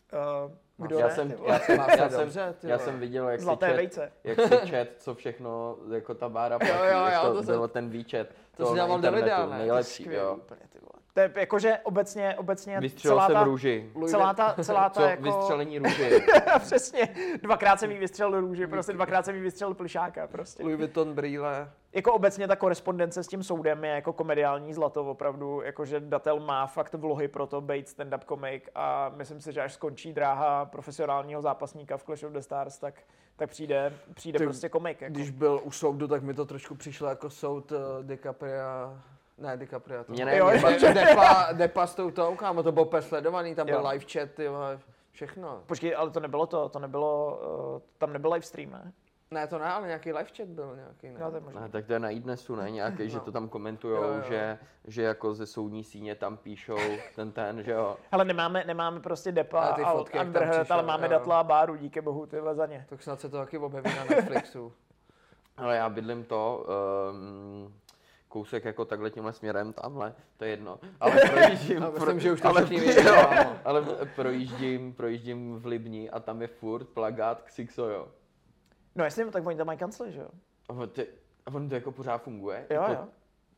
Uh, kdo Já ne, jsem, ty vole? já jsem, Má se já jsem, dobře, ty já vole. jsem viděl, jak si Zlaté čet, vejce. jak si čet, co všechno, jako ta Bára platí, jo, jo, jak to, to jsem- bylo ten výčet. to toho jsi na dával do internetu, videa, ne? nejlepší, Skvělý jo. úplně, ty vole. To je jakože obecně, obecně Vystřelil celá jsem ta, růži. celá ta, celá Co? ta jako... Vystřelení růži. Přesně, dvakrát jsem jí vystřelil do růži, prostě dvakrát jsem jí vystřelil plišáka, prostě. Louis Vuitton brýle. Jako obecně ta korespondence s tím soudem je jako komediální zlato opravdu, jakože Datel má fakt vlohy pro to být stand-up komik a myslím si, že až skončí dráha profesionálního zápasníka v Clash of the Stars, tak, tak přijde, přijde Tak prostě komik. Jako. Když byl u soudu, tak mi to trošku přišlo jako soud uh, DiCapria. Ne, DiCapria. To Mně bylo- ne, Jo, mě jo. fakt- De- Depa, Depa s tou tou, kámo, to bylo úplně sledovaný, tam byl Jo. live chat, ty vole, všechno. Počkej, ale to nebylo to, to nebylo, uh, tam nebyl live stream, ne? Ne, to ne, ale nějaký live chat byl nějaký, ne? Jo, to je možné. Ne, tak to je na iDnesu, ne? Nějaký, že No. to tam komentujou, Jo, jo. že, že jako ze soudní síně tam píšou ten ten, že jo. Ale nemáme, nemáme prostě Depa Ale ty a fotky, jak tam Underhurt, přišel, ale máme jo. Datla a Báru, díky bohu, ty vole, za ně. Tak snad se to taky objeví na Netflixu. Ale já bydlím to, um, kousek jako takhle tímhle směrem, tamhle, to je jedno. Ale projíždím, A myslím, že už to ale, všichni vědí, jo, kámo. ale projíždím, projíždím v Libni a tam je furt plagát Xixo, jo. No jasně, tak oni tam mají kancli, že jo? A on, ty, a on to jako pořád funguje. Jo, jako, jo.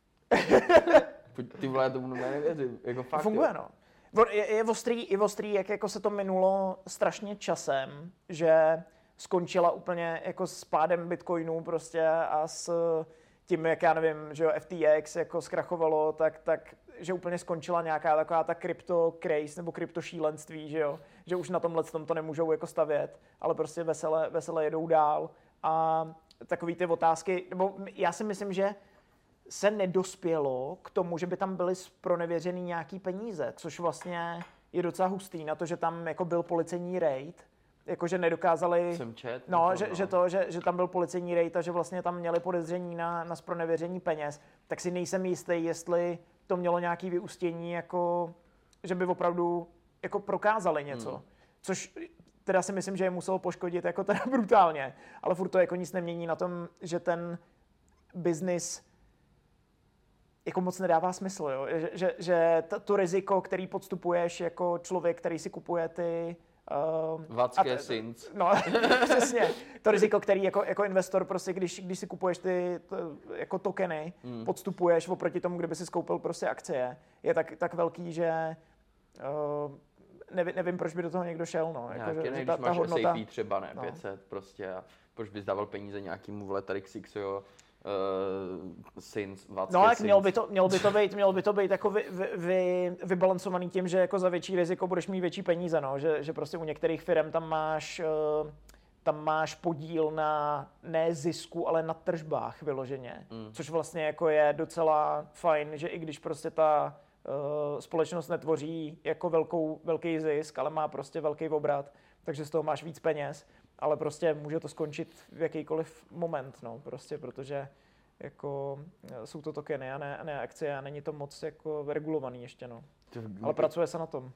Ty vole, já tomu nevěřím, jako fakt. Funguje, jo. no. On- Je, je, ostrý, je ostrý, jak jako se to minulo strašně časem, že skončila úplně jako s pádem Bitcoinu prostě a s tím, jak já nevím, že jo, F T X jako zkrachovalo, tak, tak že úplně skončila nějaká taková ta krypto craze nebo krypto šílenství, že jo, že už na tomhle tom to nemůžou jako stavět, ale prostě vesele, vesele jedou dál a takový ty otázky, nebo já si myslím, že se nedospělo k tomu, že by tam byly zpronevěřený nějaký peníze, což vlastně je docela hustý na to, že tam jako byl policejní raid, jakože nedokázali... Jsem čet. No, to, že, že to, že, že tam byl policejní raid a že vlastně tam měli podezření na, na zpronevěření peněz, tak si nejsem jistý, jestli to mělo nějaké vyústění, jako, že by opravdu jako prokázali něco. Hmm. Což teda si myslím, že je muselo poškodit jako teda brutálně, ale furt to jako nic nemění na tom, že ten biznis jako moc nedává smysl, jo? Že, že, že to, to riziko, který podstupuješ jako člověk, který si kupuje ty... Uh, Vacké Sins. No, přesně. To riziko, který jako, jako investor, prostě, když, když si kupuješ ty to, jako tokeny, hmm. podstupuješ oproti tomu, kdyby si skoupil prostě akcie, je tak, tak velký, že uh, nevím, nevím, proč by do toho někdo šel. No. Jako, Nějaký, že, ne, že když ta, ta máš hodnota... S A P třeba, ne, no. pět set prostě a proč bys dával peníze nějakýmu vole tady Xixo, jo, uh, Sins, Vacké No, jak Sins. mělo by to, mělo by to být, mělo by to být jako vy, vy, vy, vybalancovaný tím, že jako za větší riziko budeš mít větší peníze, no, že, že prostě u některých firm tam máš, uh, tam máš podíl na ne zisku, ale na tržbách vyloženě, mm. což vlastně jako je docela fajn, že i když prostě ta uh, společnost netvoří jako velkou, velký zisk, ale má prostě velký obrat, takže z toho máš víc peněz, ale prostě může to skončit v jakýkoliv moment, no, prostě, protože jako jsou to tokeny a ne, a ne akcie a není to moc jako regulovaný ještě, no. Ale pracuje se na tom.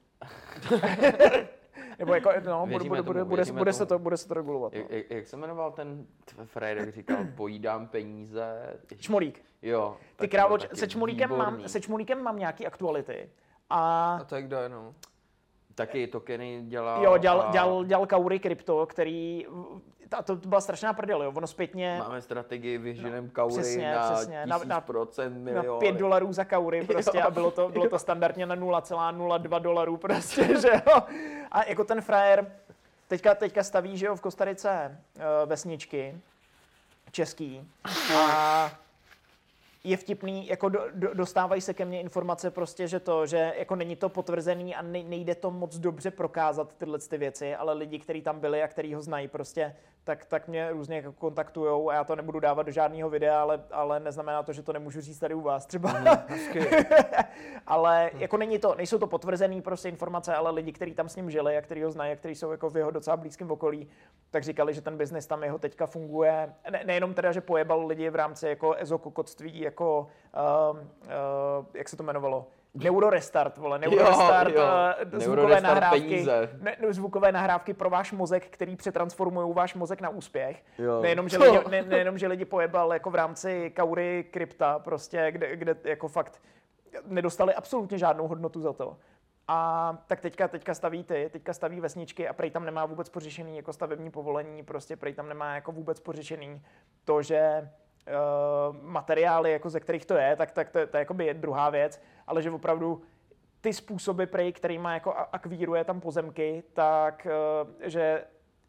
Nebo jako, no, bude, bude, bude, bude, bude, se to, bude se to regulovat. No. Jak, jak se jmenoval ten frajer, jak říkal, pojídám peníze? Čmolík. Jo. Ty krávo, se čmolíkem, mám, se čmolíkem mám nějaký aktuality. A, A to je kdo jenom? Taky tokeny dělal. jo, dělal, a dělal, dělal Kauri krypto, který, a to, to byla strašná prdel, jo, ono zpětně... Máme strategii, vyženem kaury přesně, na přesně, na- tisíc na- procent, na milion. pět dolarů za kaury prostě Jo, a bylo to, bylo to standardně na nula celá nula dva dolarů prostě, že jo. A jako ten frajer teďka, teďka staví, že jo, v Kostarice uh, vesničky český a je vtipný, jako do, do, dostávají se ke mně informace prostě, že to, že jako není to potvrzený a ne, nejde to moc dobře prokázat tyhle ty věci, ale lidi, kteří tam byli a kteří ho znají prostě, tak, tak mě různě jako kontaktujou a já to nebudu dávat do žádného videa, ale, ale neznamená to, že to nemůžu říct tady u vás třeba. Mm, ale jako není to, nejsou to potvrzený prostě informace, ale lidi, kteří tam s ním žili a kteří ho znají a kteří jsou jako v jeho docela blízkém okolí, tak říkali, že ten biznis tam jeho teďka funguje. Ne, nejenom teda, že pojebal lidi v rámci jako ezokokotství, jako, uh, uh, jak se to jmenovalo? Neurorestart, vole, Neurorestart, jo, jo. uh, zvukové Neurorestart nahrávky, peníze. ne, zvukové nahrávky pro váš mozek, který přetransformují váš mozek na úspěch. Jo. Nejenom, že lidi, ne, nejenom, že lidi pojebal jako v rámci kaury krypta, prostě, kde, kde jako fakt nedostali absolutně žádnou hodnotu za to. A tak teďka, teďka staví ty, teďka staví vesničky a prej tam nemá vůbec pořešený jako stavební povolení, prostě prej tam nemá jako vůbec pořešený to, že uh, materiály, jako ze kterých to je, tak, tak to, to je, jakoby je druhá věc, ale že opravdu ty způsoby prej, kterýma jako akvíruje tam pozemky, tak uh, že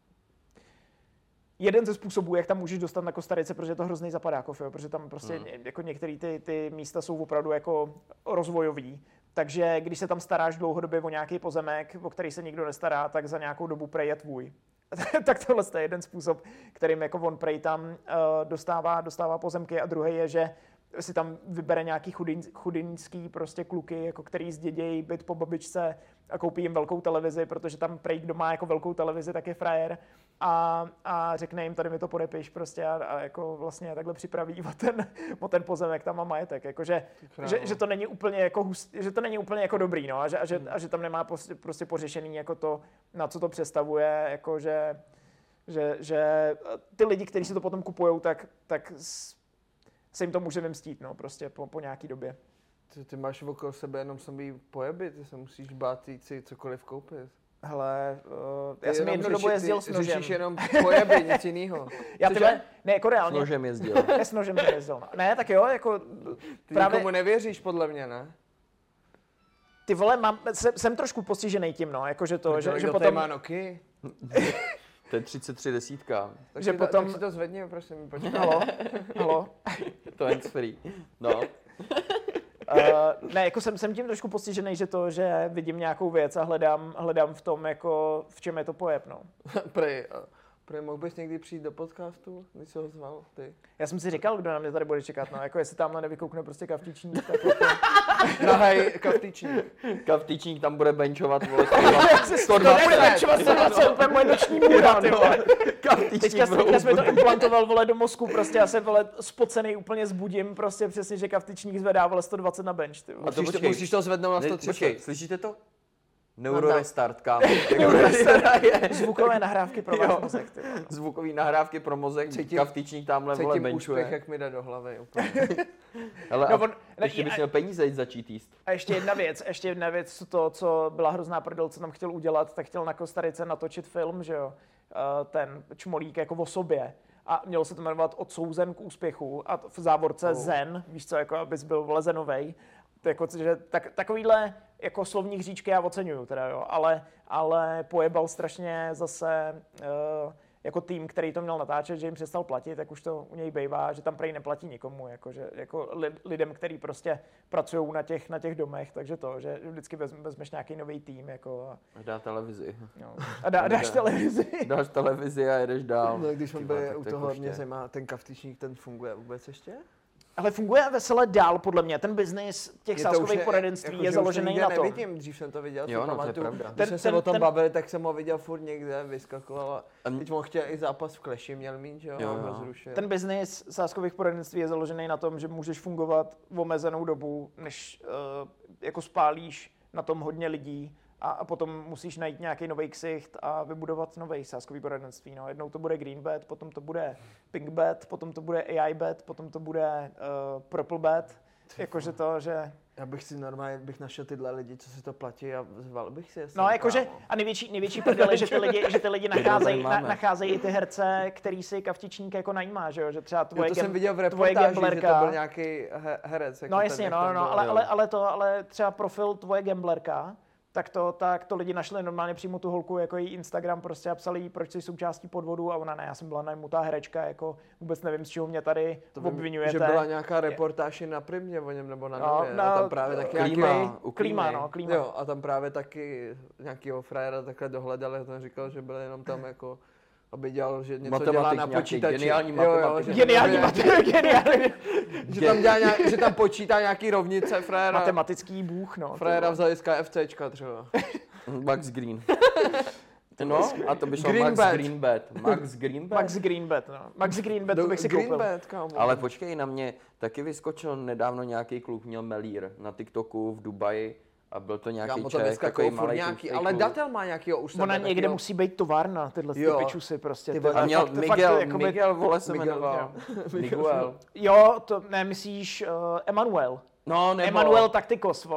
jeden ze způsobů, jak tam můžeš dostat na Kostarice, protože je to hrozný zapadákov, jo, protože tam prostě hmm. jako některé ty, ty místa jsou opravdu jako rozvojový. Takže když se tam staráš dlouhodobě o nějaký pozemek, o který se nikdo nestará, tak za nějakou dobu prej je tvůj. Tak tohle je jeden způsob, kterým jako on prej tam uh, dostává, dostává pozemky, a druhý je, že si tam vybere nějaký chudin, chudinský prostě kluky, jako který zdědějí byt po babičce a koupí jim velkou televizi, protože tam prej, kdo má jako velkou televizi, tak je frajer, a, a řekne jim, tady mi to podepiš prostě, a, a jako vlastně takhle připraví o ten, o ten pozemek tam a majetek, jako že, že, že, to není úplně jako hust, že to není úplně jako dobrý, no, a že, a že, a že tam nemá prostě, prostě pořešený jako to, na co to představuje, jako že, že, že ty lidi, kteří si to potom kupujou, tak, tak se jim to může vymstít, no, prostě po, po nějaký době. Ty, ty máš okolo sebe jenom samý pojeby, ty se musíš bát jít si cokoliv koupit. Hele, uh, já jsem jednu dobu jezdil s nožem. Ty řešíš jenom pojeby, nic jinýho. Já tyhle, ne, jako reálně. S nožem jezdil. Ne, s nožem jsem jezdil. No. Ne, tak jo, jako ty právě... nikomu nevěříš, podle mě, ne? Ty vole, mám, jsem, jsem trošku postižený tím, no, jakože to, že, že potom... potom... má Nokia? To je třicet tři desítka. Tak, že si potom... to, tak si to zvedni, prosím, počkej. Halo, halo. To je free. No. Uh, ne, jako jsem, jsem tím trošku postižený, že to, že vidím nějakou věc a hledám, hledám v tom, jako v čem je to pojeb, no. Prej, prej, mohl bys někdy přijít do podcastu, když jsi ho zval, ty? Já jsem si říkal, kdo na mě tady bude čekat, no, jako jestli tamhle nevykoukne prostě kaftíčník, tak jako... Nahaj kaftíčník. Kaftíčník tam bude benchovat, vole, sto dvacet, sto dvacet, úplně moje noční můra, ty vole. Teďka, teďka jsme to implantoval, vole, do mozku, prostě já se, vole, spocený úplně zbudím, prostě přesně, že kaftičník zvedá, vole, sto dvacet na bench, ty vole. A to musíš, počkej, musíš to zvednout na sto třicet. Počkej, slyšíte to? Neurorestart, kámo. Zvukové nahrávky pro váš mozek, ty vole. Zvukový nahrávky pro mozek, cítím, kaftičník tamhle, vole, benchuje. Cítím úspěch, jak mi jde do hlavy, úplně. Hele, no, on, a ještě bys měl peníze jít začít jíst. A ještě jedna věc, ještě jedna věc, to, co byla hrozná prdel, co tam chtěl udělat, tak chtěl na Kostarice natočit film, že jo, ten čmolík jako o sobě. A mělo se to jmenovat Odsouzen k úspěchu a v závorce oh. Zen, víš co, jako abys byl vole zenovej. Jako, že tak, takovýhle jako slovní hříčky já oceňuju teda, jo, ale, ale pojebal strašně zase uh, jako tým, který to měl natáčet, že jim přestal platit, tak už to u něj bejvá, že tam prej neplatí nikomu, jako, že, jako lidem, kteří prostě pracují na těch, na těch domech, takže to, že vždycky vezm, vezmeš nějaký nový tým. Jako, a, a dá televizi. No, a dá, dáš televizi. Dáš televizi a jedeš dál. No, když jsme byli u toho, ještě. mě zajímá, ten kaftičník, ten funguje vůbec ještě? Ale funguje vesele dál, podle mě. Ten biznis těch sázkových poradenství jako, je založený na tom. Nevidím, dřív jsem to viděl, jo, no, to je pravda. Když ten, jsme ten, se o tom ten, bavili, tak jsem ho viděl furt někde, vyskakoval. A teď on chtěl i zápas v Clashi, měl mít, že jo, jo, ho jo. zrušil. Ten biznis sázkových poradenství je založený na tom, že můžeš fungovat v omezenou dobu, než uh, jako spálíš na tom hodně lidí. A, a potom musíš najít nějaký nový ksicht a vybudovat nový sázkový poradenství. No, jednou to bude Greenbet, potom to bude Pinkbet, potom to bude A I Bet, potom to bude uh, Purplebet. Jakože to, že... Já bych si normálně bych našel tyhle lidi, co si to platí a zval bych si je. No, jakože a největší, největší prdel je, že ty lidi, že ty lidi nacházejí, na, nacházejí i ty herce, který si kaftičník jako najímá, že jo, že třeba tvoje, jo, to gem, jsem viděl v tvoje reportáži, gamblerka. že to byl nějaký he- herec. Jako no jasně, ten, no, no, byl, ale, ale, ale, to, ale třeba profil tvoje gamblerka, tak to, tak to lidi našli normálně přímo tu holku, jako její Instagram, prostě a psali jí, proč jsi součástí podvodu a ona ne, já jsem byla najmutá herečka, jako vůbec nevím, z čeho mě tady to obvinujete. Že byla nějaká reportáž na Primě o něm, nebo na no, Nově, na, a tam právě taky klíma, nějaký, u klíma, no, klíma. Jo, a tam právě taky nějakýho frajera takhle dohledali a ten říkal, že byl jenom tam jako aby dělal, že něco matematik dělá na nějaký, počítači. Geniální jo, jo, matematik. že Geniální matematik, geniální. že, tam dělá nějak, že tam počítá nějaký rovnice frajera. Matematický bůh, no. Frajera vzali z KFCčka třeba. Max Green. No, a to by šlo Green Max Bet. Greenbet. Max Greenbet? Max Greenbet, no. Max Greenbet, to bych si koupil. Greenbet, kámo. Ale počkej, na mě taky vyskočil nedávno nějaký kluk, měl Melír na TikToku v Dubaji a byl to nějaký Kámo, to Čech, takový malý nějaký, tlustý ale kluk. Datel má nějakýho už Ona sebe, někde takýho- musí být továrna, tyhle ty Jo. pičusy prostě. Ty to- vole, A měl fakt- fakt Miguel, jakoby- Miguel, vole se Miguel, jmenoval. jo. Miguel. Jo, to nemyslíš uh, Emanuel. No, nebo... Emanuel Tacticos, vole.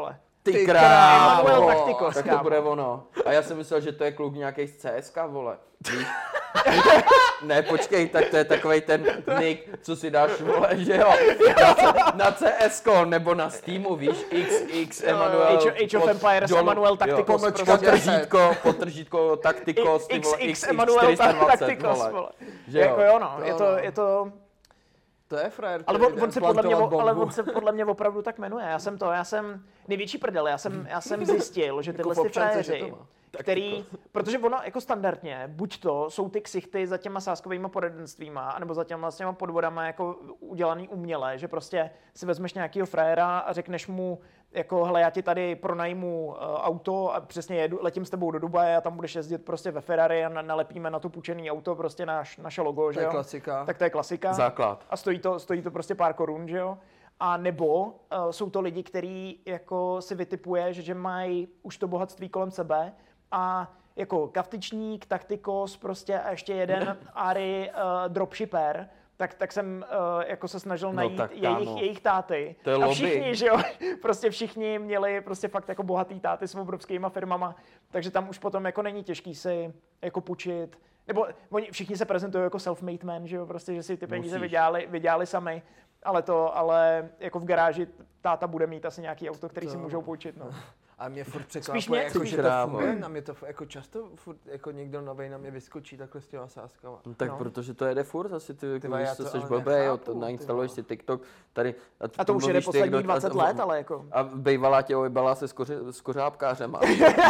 Ty krávo. Emanuel Taktikos, Tak to kámo. bude ono. A já jsem myslel, že to je kluk nějaký z C S K, vole. Víš? Ne, počkej, tak to je takovej ten nick, co si dáš, vole, že jo, na, C, na C S ko nebo na Steamu, víš, X X Emanuel. Age, Age of Empires, dolu- Emanuel Taktikos. jo, prostě. Potržítko, potržítko Taktikos, ty vole, X X X X Emanuel čtyři sta dvacet, Taktikos, vole. vole. Že Jako jo. jo, no, je to, je to, To je frajer, ale který on, jde on, se podle mě, plantovat ale bombu. on se podle mě opravdu tak jmenuje. Já jsem to, já jsem největší prdel, já jsem, já jsem zjistil, že tyhle v ty občance, že frajeři, to má. který, protože ono jako standardně, buď to jsou ty ksichty za těma sázkovými poradenstvíma, anebo za těma, s těma podvodama jako udělaný uměle, že prostě si vezmeš nějakýho frajera a řekneš mu, jako hele, já ti tady pronajmu uh, auto a přesně jedu, letím s tebou do Dubaje a tam budeš jezdit prostě ve Ferrari a na, nalepíme na to půjčený auto prostě naš, naše logo, že je jo? klasika. Tak to je klasika. Základ. A stojí to, stojí to prostě pár korun, že jo? A nebo uh, jsou to lidi, kteří jako si vytipuje, že, že mají už to bohatství kolem sebe a jako kaftičník, taktikos prostě a ještě jeden Ari uh, dropshipper, tak, tak jsem uh, jako se snažil No najít tak, jejich, kámo. jejich táty. To je a lobby. všichni, že jo, prostě všichni měli prostě fakt jako bohatý táty s obrovskýma firmama, takže tam už potom jako není těžký si jako půjčit. Nebo oni všichni se prezentují jako self-made men, že jo, prostě, že si ty peníze Musíš. vydělali, vydělali sami, ale to, ale jako v garáži táta bude mít asi nějaký auto, který To- si můžou půjčit, no. A mě furt Spíš překvapuje, mě- jako, spíš že to krávo. funguje, na mě to f- jako často furt, jako někdo novej na mě vyskočí takhle s těma sázkama. No, tak No. protože to jede furt, asi ty, Ty vole, když já se to seš ale blbej, jo, nechápu, to ty nainstaluješ vole. si TikTok, tady. A to už jede mluvíš ty, poslední kdo- dvacet a- let, ale jako. A bejvalá tě ojebala se s, koři, s kořápkářema.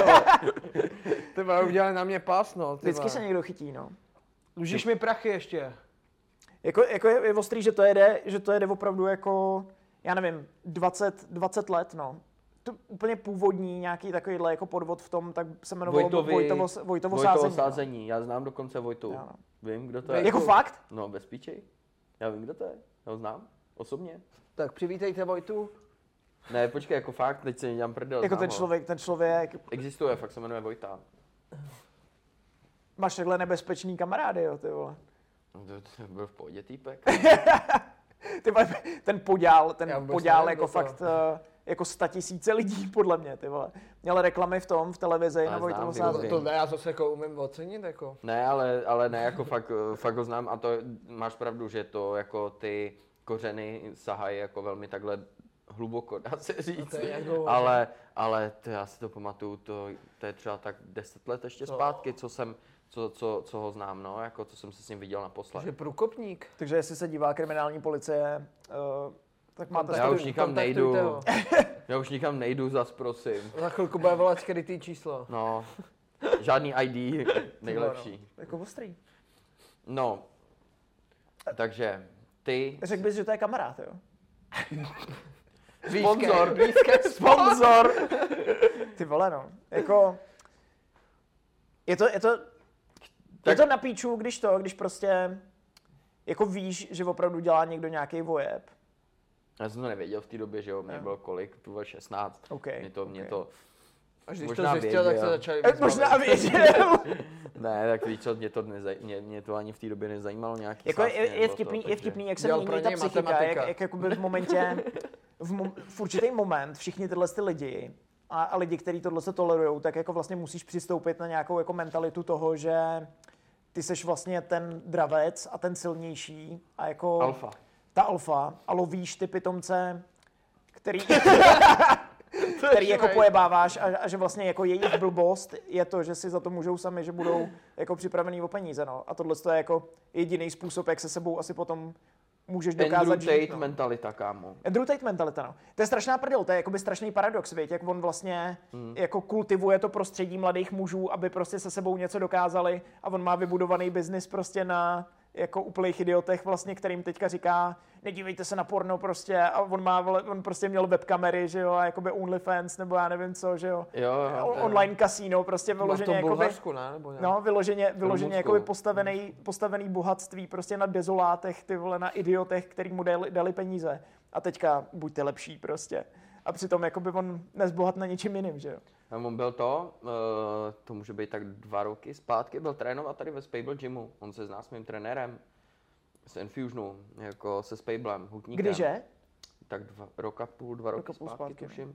Ty vole, udělali na mě pásno, ty Vždycky vole. se někdo chytí, no. Dlužíš mi prachy ještě. Jako, jako je, je ostrý, že to jede, že to jede opravdu jako, já nevím, dvacet, dvacet let, no. To úplně původní nějaký takovýhle jako podvod v tom, tak se jmenovalo Vojtovi, Vojtovo, Vojtovo, Vojtovo sázení. sázení. Já znám dokonce Vojtu. Jo, no. Vím, kdo to No. je. Jako fakt? No, bez píčej. Já vím, kdo to je. Já ho znám. Osobně. Tak přivítejte Vojtu. Ne, počkej, jako fakt, teď si nedělám prdel. Jako znám ten ho. člověk, ten člověk, Existuje, fakt se jmenuje Vojta. máš takhle nebezpečný kamarády, jo, ty vole. To, to byl v pohodě týpek. Ty vole, ten poděl, ten Já vůbec poděl nevím, jako kdo to. fakt uh, jako statisíce lidí, podle mě, ty vole. Měl reklamy v tom, v televizi Ale na Vojtovo znám, sázení. vím. To já zase jako umím ocenit, jako. Ne, ale, ale ne, jako fakt, fakt ho znám a to máš pravdu, že to jako ty kořeny sahají jako velmi takhle hluboko, dá se říct. to je jak dlouho, ale, ale to já si to pamatuju, to, to je třeba tak deset let ještě To- zpátky, co jsem, co, co, co ho znám, no, jako co jsem se s ním viděl naposled. Že průkopník. Takže jestli se dívá kriminální policie, uh, tak máte Já statu- už nikam kontaktujte nejdu, ho. já už nikam nejdu, zas prosím. Za chvilku bude volat skrytý číslo. No, žádný I D, nejlepší. Jako ostrý. No, takže ty, Řekl bys, že to je kamarád, jo? Sponzor. Blízké Sponzor! Ty vole, no. Jako... Je to, je to, je Tak- to na píču, když to, když prostě jako víš, že opravdu dělá někdo nějaký vojeb. já jsem to nevěděl v té době, že jo, mě Jo. bylo kolik, to bylo šestnáct. OK. Mě to, mě OK. to, Až když Možná to zjistil, tak se věděl. začali Eh, víc Možná bavit. věděl. ne, tak víš co, mě to, nezaj, mě, mě to ani v té době nezajímalo nějaký Jako sázky je, je, nebo vtipný, to, je takže- vtipný, jak se Dělal mění pro ta něj psychika, jak, matematika. jak jakoby v momentě, v, mom, v určitý moment všichni tyhle ty lidi a, a lidi, kteří tohle se tolerujou, tak jako vlastně musíš přistoupit na nějakou jako mentalitu toho, že ty seš vlastně ten dravec a ten silnější a jako Alfa. ta alfa a lovíš ty pitomce, který, který jako švej. pojebáváš a, a že vlastně jako jejich blbost je to, že si za to můžou sami, že budou jako připravený o peníze, no. A tohle je jako jediný způsob, jak se sebou asi potom můžeš dokázat Andrew Tate žít, no. mentalita, kámo. Andrew Tate mentalita, no. To je strašná prdel, to je jakoby strašný paradox, věď, jak on vlastně Hmm. jako kultivuje to prostředí mladých mužů, aby prostě se sebou něco dokázali a on má vybudovaný biznis prostě na jako úplných idiotech vlastně, kterým teďka říká, nedívejte se na porno prostě a on má, vole, on prostě měl webkamery, že jo, a jakoby OnlyFans nebo já nevím co, že jo. Jo, jo, O- to je- online kasíno, prostě To má v vyloženě tom jakoby, Bulharsku, ne? Nebo nějak? no, vyloženě, vyloženě Rumunsku. jakoby postavený, postavený bohatství prostě na dezolátech, ty vole, na idiotech, kterým mu dali, dali peníze. A teďka buďte lepší prostě. A přitom jakoby on nezbohatne ničím jiným, že jo. A on byl to, uh, to může být tak dva roky zpátky, byl trénovat tady ve Spable Gymu. On se zná s mým trenérem z Infusionu, jako se Spablem, hutníkem. Kdyže? Tak dva roka půl, dva roky Roka půl zpátky, zpátky, no. tuším.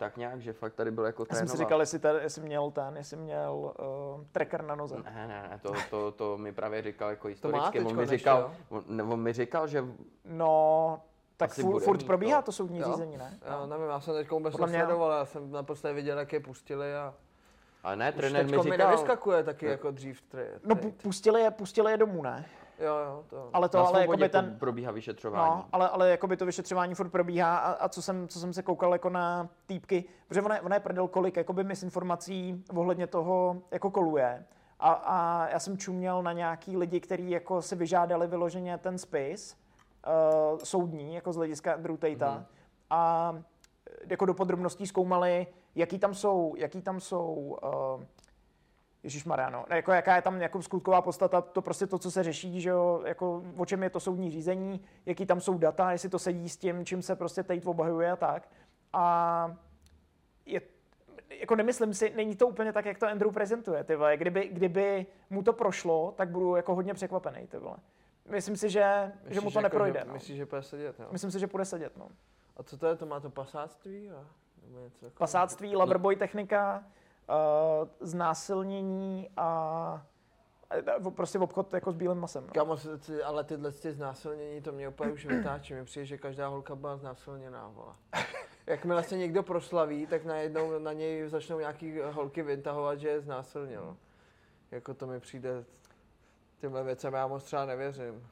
tak nějak, že fakt tady byl jako Já trénovat. jsem si říkal, jestli, tady, jestli měl ten, jestli měl uh, tracker na noze. Ne, ne, ne, to, to, to mi právě říkal jako má historicky. On teďko mi, než, říkal, on, ne, on mi říkal, že No, tak Asi furt, bude furt mít, probíhá no. to soudní Jo? řízení, ne? Já nevím, já jsem teď vůbec Podle mě jo. nesledoval, já jsem naprosto viděl, jak je pustili a ale ne, už trenér mi teďko mi říkal, nevyskakuje taky Ne. jako dřív. Tre, No pu- pustili je, pustili je domů, ne? Jo, jo, to. Ale to na ale svobodě jakoby ten... probíhá vyšetřování. No, ale, ale jakoby to vyšetřování furt probíhá a, a co, jsem, co jsem se koukal jako na týpky, protože ona, je- ona je prdel kolik jakoby misinformací ohledně toho jako koluje. A, a já jsem čuměl na nějaký lidi, kteří jako si vyžádali vyloženě ten spis uh, soudní, jako z hlediska Andrew Tatea. Mhm. A jako do podrobností zkoumali, jaký tam jsou, jaký tam jsou uh, Ježišmarja, no. Jako jaká je tam jako skutková podstata, to prostě to, co se řeší, že jo, jako o čem je to soudní řízení, jaký tam jsou data, jestli to sedí s tím, čím se prostě Tate obhajuje a tak. A je, jako nemyslím si, není to úplně tak, jak to Andrew prezentuje, ty vole. Kdyby, kdyby mu to prošlo, tak budu jako hodně překvapený, ty vole. Myslím si, že, že mu to jako, neprojde, že, no. Myslíš, že půjde sedět, jo? Myslím si, že půjde sedět, no. A co to je, to má to pasáctví? A, nebo něco takového? Pasáctví, loverboy technika, uh, znásilnění a uh, prostě obchod jako s bílým masem. No. Kamo, ty- ale tyhle ty znásilnění, to mě úplně už vytáčí. Mi přijde, že každá holka byla znásilněná, vole. Jakmile se někdo proslaví, tak najednou na něj začnou nějaký holky vytahovat, že je znásilnil. Jako to mi přijde, těmhle věcem já moc třeba nevěřím.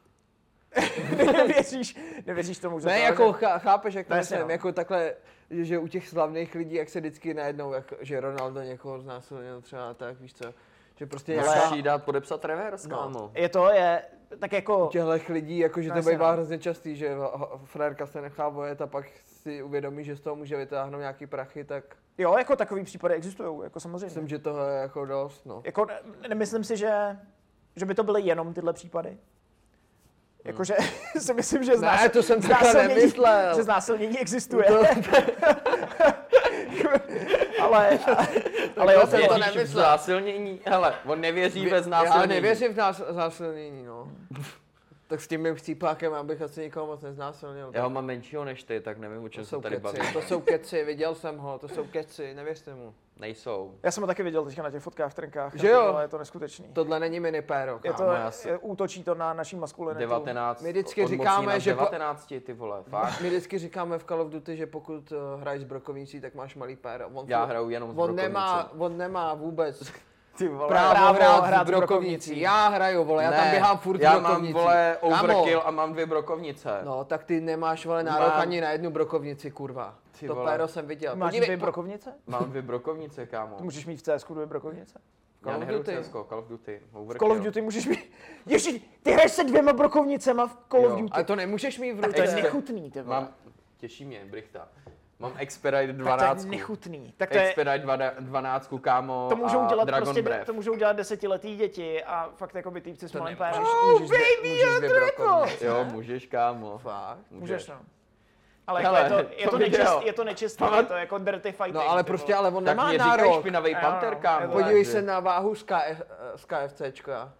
nevěříš, nevěříš tomu, že Ne, to jako chá, chápeš, jak to No jasně, myslím, no. jako takhle, že, že u těch slavných lidí, jak se vždycky najednou, jak, že Ronaldo někoho znásilnil třeba tak, víš co, že prostě Ale- nějaká, Musíš dát podepsat reverse, No. kámo. Je to, je, tak jako, těchto lidí, jako že No to jasně, bývá no. hrozně častý, že ho- ho- frérka se nechá vojet a pak si uvědomí, že z toho může vytáhnout nějaký prachy, tak jo, jako takový případy existují, jako samozřejmě. myslím, že toho je jako dost, no. Jako, ne- nemyslím si, že, že by to byly jenom tyhle případy. Jakože si myslím, že Ne, to jsem takhle znásilnění- nemyslel. že znásilnění existuje. To, ale, ale jo, jsem to to Věříš v nemyslel. zásilnění? Hele, on nevěří ve já znásilnění. nevěřím v nás, znásilnění, no. Tak s tím mým chcípákem, abych asi nikoho moc neznásilnil. Já ho mám menšího než ty, tak nevím, o To čem se jsou tady keci, baví. to jsou keci, viděl jsem ho, to jsou keci, nevěřte mu. Nejsou. já jsem ho taky viděl teďka na těch fotkách v trenkách. Že jo? Ale je to neskutečný. Tohle není minipéro, Je to, kámo. já si- je, útočí to na naší maskulinitu. devatenáct. My vždycky odmocní říkáme, nás že po- devatenáct, ty vole, fakt. My vždycky říkáme v Call of Duty, že pokud uh, hraješ s brokovnicí, tak máš malý péro. On, Já furt- hraju jenom s on nemá, brokovnicí. on nemá vůbec Ty vole. právo, právo hrát, hrát s s brokovnicí. brokovnicí. Já hraju, vole, já tam Ne, běhám furt s já mám, brokovnicí. vole, Kámo, overkill a mám dvě brokovnice. No, tak ty nemáš, vole, nárok Mám- ani na jednu brokovnici, kurva. Ty To vole. péro jsem viděl. Máš Podívej, dvě po- brokovnice? Mám dvě brokovnice, kámo. Ty můžeš mít v C S ku dvě brokovnice. Já Call of nehraju Duty. C S ko, Call of Duty. V Overkill. Call of Duty můžeš mít... Ježi, ty hraješ se dvěma brokovnicema v Call Jo. of Duty. Ale to nemůžeš mít v Tak to je ruce. nechutný, ty vole. Mám, těší mě, Brichta. Mám Expedite Tak to dvanáct. je nechutný. Tak to je... Expedite dvanáct, kámo, To můžou a dělat Dragon prostě, Breath. to můžou dělat desetiletý děti a fakt jako by týpci s To malým nemůžeš, pérem. můžeš, dvě, můžeš dvě brokovnice. Jo, můžeš, kámo. Fakt. Můžeš, no. Ale Hele, jako je to, je to to, video. nečist, je to nečistý, je to jako dirty fighting. No ale ty prostě, vole. ale on Tak nemá mě říkají nárok. špinavý Jo, panter, no, kámo. je to Podívej takže- se na váhu z, K F, z KFCčka.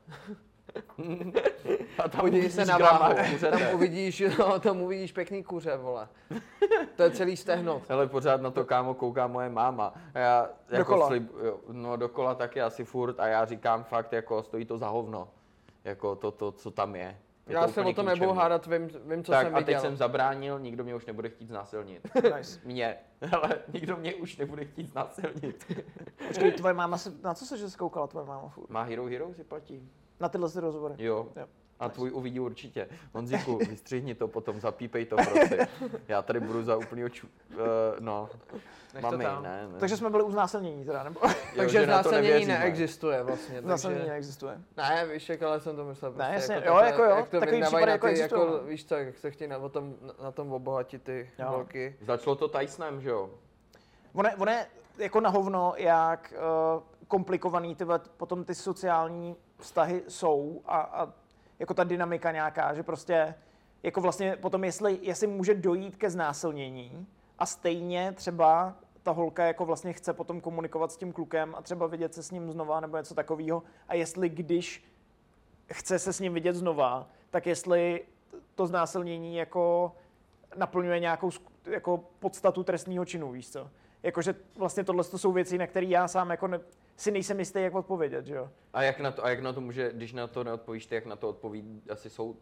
A tam Podívej uvidíš se na grama váhu. kuřete. Tam uvidíš, no, tam uvidíš pěkný kuře, vole. To je celý stehno. Hele, pořád na to, kámo, kouká moje máma. A já jako Dokola. slib, jo, no dokola taky asi furt a já říkám fakt, jako stojí to za hovno. Jako to, to co tam je. Je Já to se úplně o tom k ničemu. nebudu hádat, vím, vím co tak jsem a teď viděl. jsem zabránil, nikdo mě už nebude chtít znásilnit. Nice. Mě. Hele, nikdo mě už nebude chtít znásilnit. Počkej, tvoje máma se, na co se že skoukala tvoje máma furt? Má Hero Hero si platí? Na tyhle ty rozhovory. Jo. Jo. A tvůj uvidí určitě. Honzíku, vystřihni to potom, zapípej to, prosím. Já tady budu za úplnýho ču... Uh, no. Nech to Mami, tam. ne, ne. Takže jsme byli uznásilnění teda, nebo? Jo, Takže že na to znásilnění nevěříme. neexistuje vlastně. Znásilnění Takže... neexistuje. Ne, víš, jak ale jsem to myslel. Prostě jasně, jako jo, takhle, jako jo, jak to takový vydávají případy na jako ty, existují, jako, no. víš co, jak se chtějí na, o tom, na, na tom obohatit ty Jo. holky. Začalo to Tysonem, že jo? Ono je, ono je jako na hovno, jak uh, komplikovaný ty, vole, potom ty sociální vztahy jsou a, a jako ta dynamika nějaká, že prostě jako vlastně potom jestli, jestli může dojít ke znásilnění a stejně třeba ta holka jako vlastně chce potom komunikovat s tím klukem a třeba vidět se s ním znova nebo něco takového a jestli když chce se s ním vidět znova, tak jestli to znásilnění jako naplňuje nějakou sk- jako podstatu trestného činu, víš co? Jakože vlastně tohle to jsou věci, na které já sám jako ne, si nejsem jistý, jak odpovědět, že jo. A jak na to, a jak na to může, když na to neodpovíš, ty, jak na to odpoví asi soud?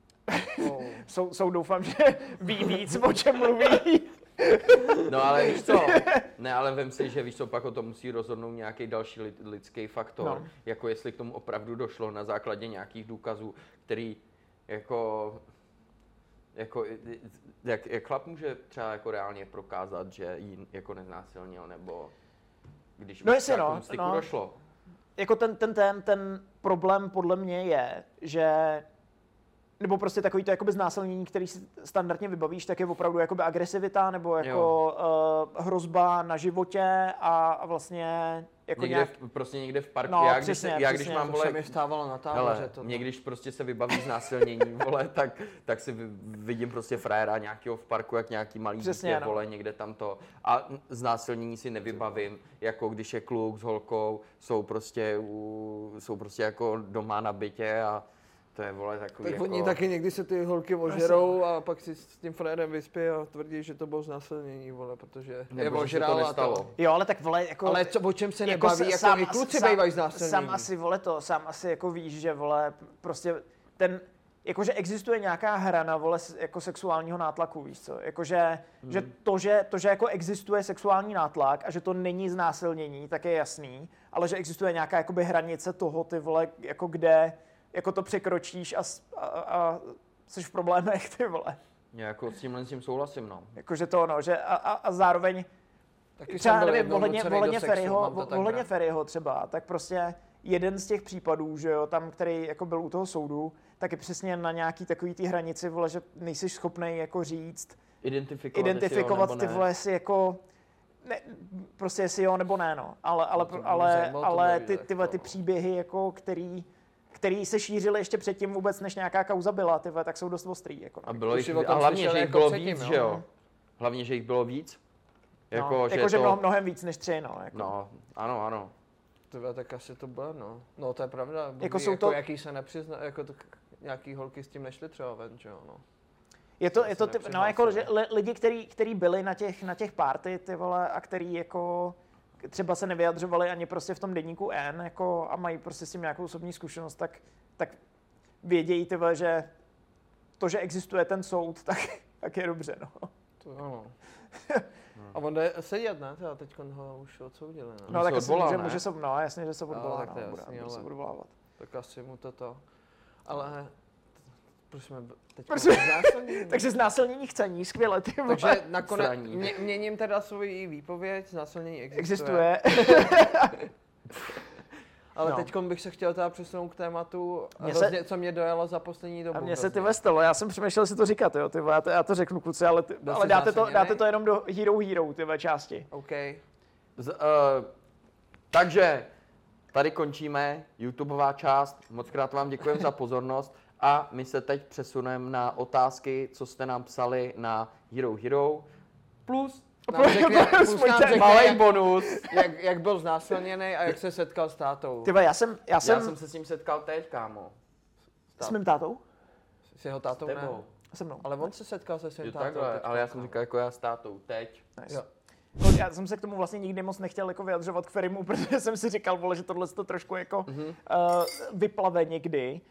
Oh. Sou, soud doufám, že ví víc, o čem mluví. No ale víš co, ne, ale vem si, že víš co, pak o tom musí rozhodnout nějaký další lid, lidský faktor, No. jako jestli k tomu opravdu došlo na základě nějakých důkazů, který jako, jako jak, jak chlap může třeba jako reálně prokázat, že ji jako neznásilnil, nebo když No už jestli třeba k no, tomu styku no. došlo. Jako ten, ten, ten, ten problém podle mě je, že nebo prostě takový to jakoby znásilnění, který si standardně vybavíš, tak je opravdu jakoby agresivita nebo jako uh, hrozba na životě a, a vlastně jako Někde nějak... v, prostě někde v parku, No, já, když, přesně, se, já když přesně. mám, To vole, se mi stávalo na táboře. hele, To, mě když prostě se vybaví znásilnění, vole, tak, tak si vy- vidím prostě frajera nějakého v parku, jak nějaký malý Přesně, dítě, no. vole, někde tam to. A znásilnění si nevybavím, jako když je kluk s holkou, jsou prostě, u, jsou prostě jako doma na bytě a to je, vole, takový tak jako... oni taky někdy se ty holky ožerou a pak si s tím frérem vyspí a tvrdí, že to bylo znásilnění, vole, protože je Nebo že se ožral to a nestalo. Jo, ale tak vole, jako... Ale co, o čem se jako nebaví, s- jako sám i as- kluci sám- bývají znásilnění. Sám asi, vole, to, sám asi jako víš, že, vole, prostě ten, jakože existuje nějaká hrana, vole, s- jako sexuálního nátlaku, víš co, jakože, Hmm. že to, že to, že jako existuje sexuální nátlak a že to není znásilnění, tak je jasný, ale že existuje nějaká, jakoby hranice toho, ty vole, jako kde, jako to překročíš a, s- a, a jsi v problémech, ty vole. Já jako s tímhle s tím souhlasím, no. Jakože to, no, že a, a, a zároveň Taky třeba jsem byl nevím, jednou ohledně, nucenej do ohledně sexu, Ferryho, mám to tak ohledně rád. Ferryho třeba, tak prostě jeden z těch případů, že jo, tam, který jako byl u toho soudu, tak je přesně na nějaký takový té hranici, vole, že nejsi schopnej jako říct, Identifikovat, identifikovat jestli ty jo, nebo vole, ne. jestli jako, ne, prostě jestli jo nebo ne, no. Ale, ale, No to mě ale, zajímalo, to ale bylo ty, tak ty, vole, to, ty no. příběhy, jako, který, který se šířily ještě předtím vůbec, než nějaká kauza byla, ty vole, tak jsou dost ostrý, jako, A no. bylo Už jich, si o a tom hlavně, slyšel že jich jako bylo předtím, víc, jo. že jo? Hlavně, že jich bylo víc. Jako, no, že jako, že to... mnoho, mnohem víc než tři, no. Jako. No, ano, ano. Tyhle, tak asi to bude, no. No to je pravda. Blbý, Jako jsou jako to- jaký se nepřizná, jako to, nějaký holky s tím nešly třeba ven, že jo, no. Je to, Já je se to typ, no jako, že nepřihlásili. li, lidi, který, který byli na těch, na těch party, ty vole, a který jako třeba se nevyjadřovali ani prostě v tom deníku N, jako, a mají prostě s tím nějakou osobní zkušenost, tak, tak vědějí, ty vole, že to, že existuje ten soud, tak, tak je dobře, no. To ano. A on jde sedět, ne? Teda teď ho už odsoudili, ne? No se tak asi odvolal, může, ne? může se, no jasně, že se No, odvolá, tak to je no, bude, jasný, bude se ale- odvolávat. Tak asi mu to to. Ale proč jsme teď Proč- znásilnění? Takže znásilnění chcení, skvěle, ty vole. Takže nakonec Sraní. mě, měním teda svoji výpověď, znásilnění existuje. existuje. Ale No. teď bych se chtěl teda přesunout k tématu, Mně se- hrozně, co mě dojalo za poslední dobu. A mně se hrozně. ty vole stalo, já jsem přemýšlel si to říkat, jo, ty vole, já to, já to řeknu kluci, ale, ty, Byl ale jsi dáte, to, znásilněnej? dáte to jenom do Hero Hero, ty vole, části. OK. Z, uh, takže tady končíme YouTubeová část. Moc krát vám děkujeme za pozornost a my se teď přesuneme na otázky, co jste nám psali na Hero Hero. Plus Nám řekne, plus Svůj nám ten řekne, malý jak, bonus. jak, jak byl znásilněný a jak se setkal s tátou. Ty vole, já jsem, já jsem, Já jsem se s ním setkal teď, kámo. s mým tátou? S jeho tátou ne? Tebou. Se mnou. Ale on se setkal se svým Jo, tátou. takhle, teďka. ale já jsem říkal jako já s tátou, teď. Nice. Jo. No, já jsem se k tomu vlastně nikdy moc nechtěl jako vyjadřovat k Ferimu, protože jsem si říkal, vole, že tohle to trošku jako Mhm. uh, vyplave někdy.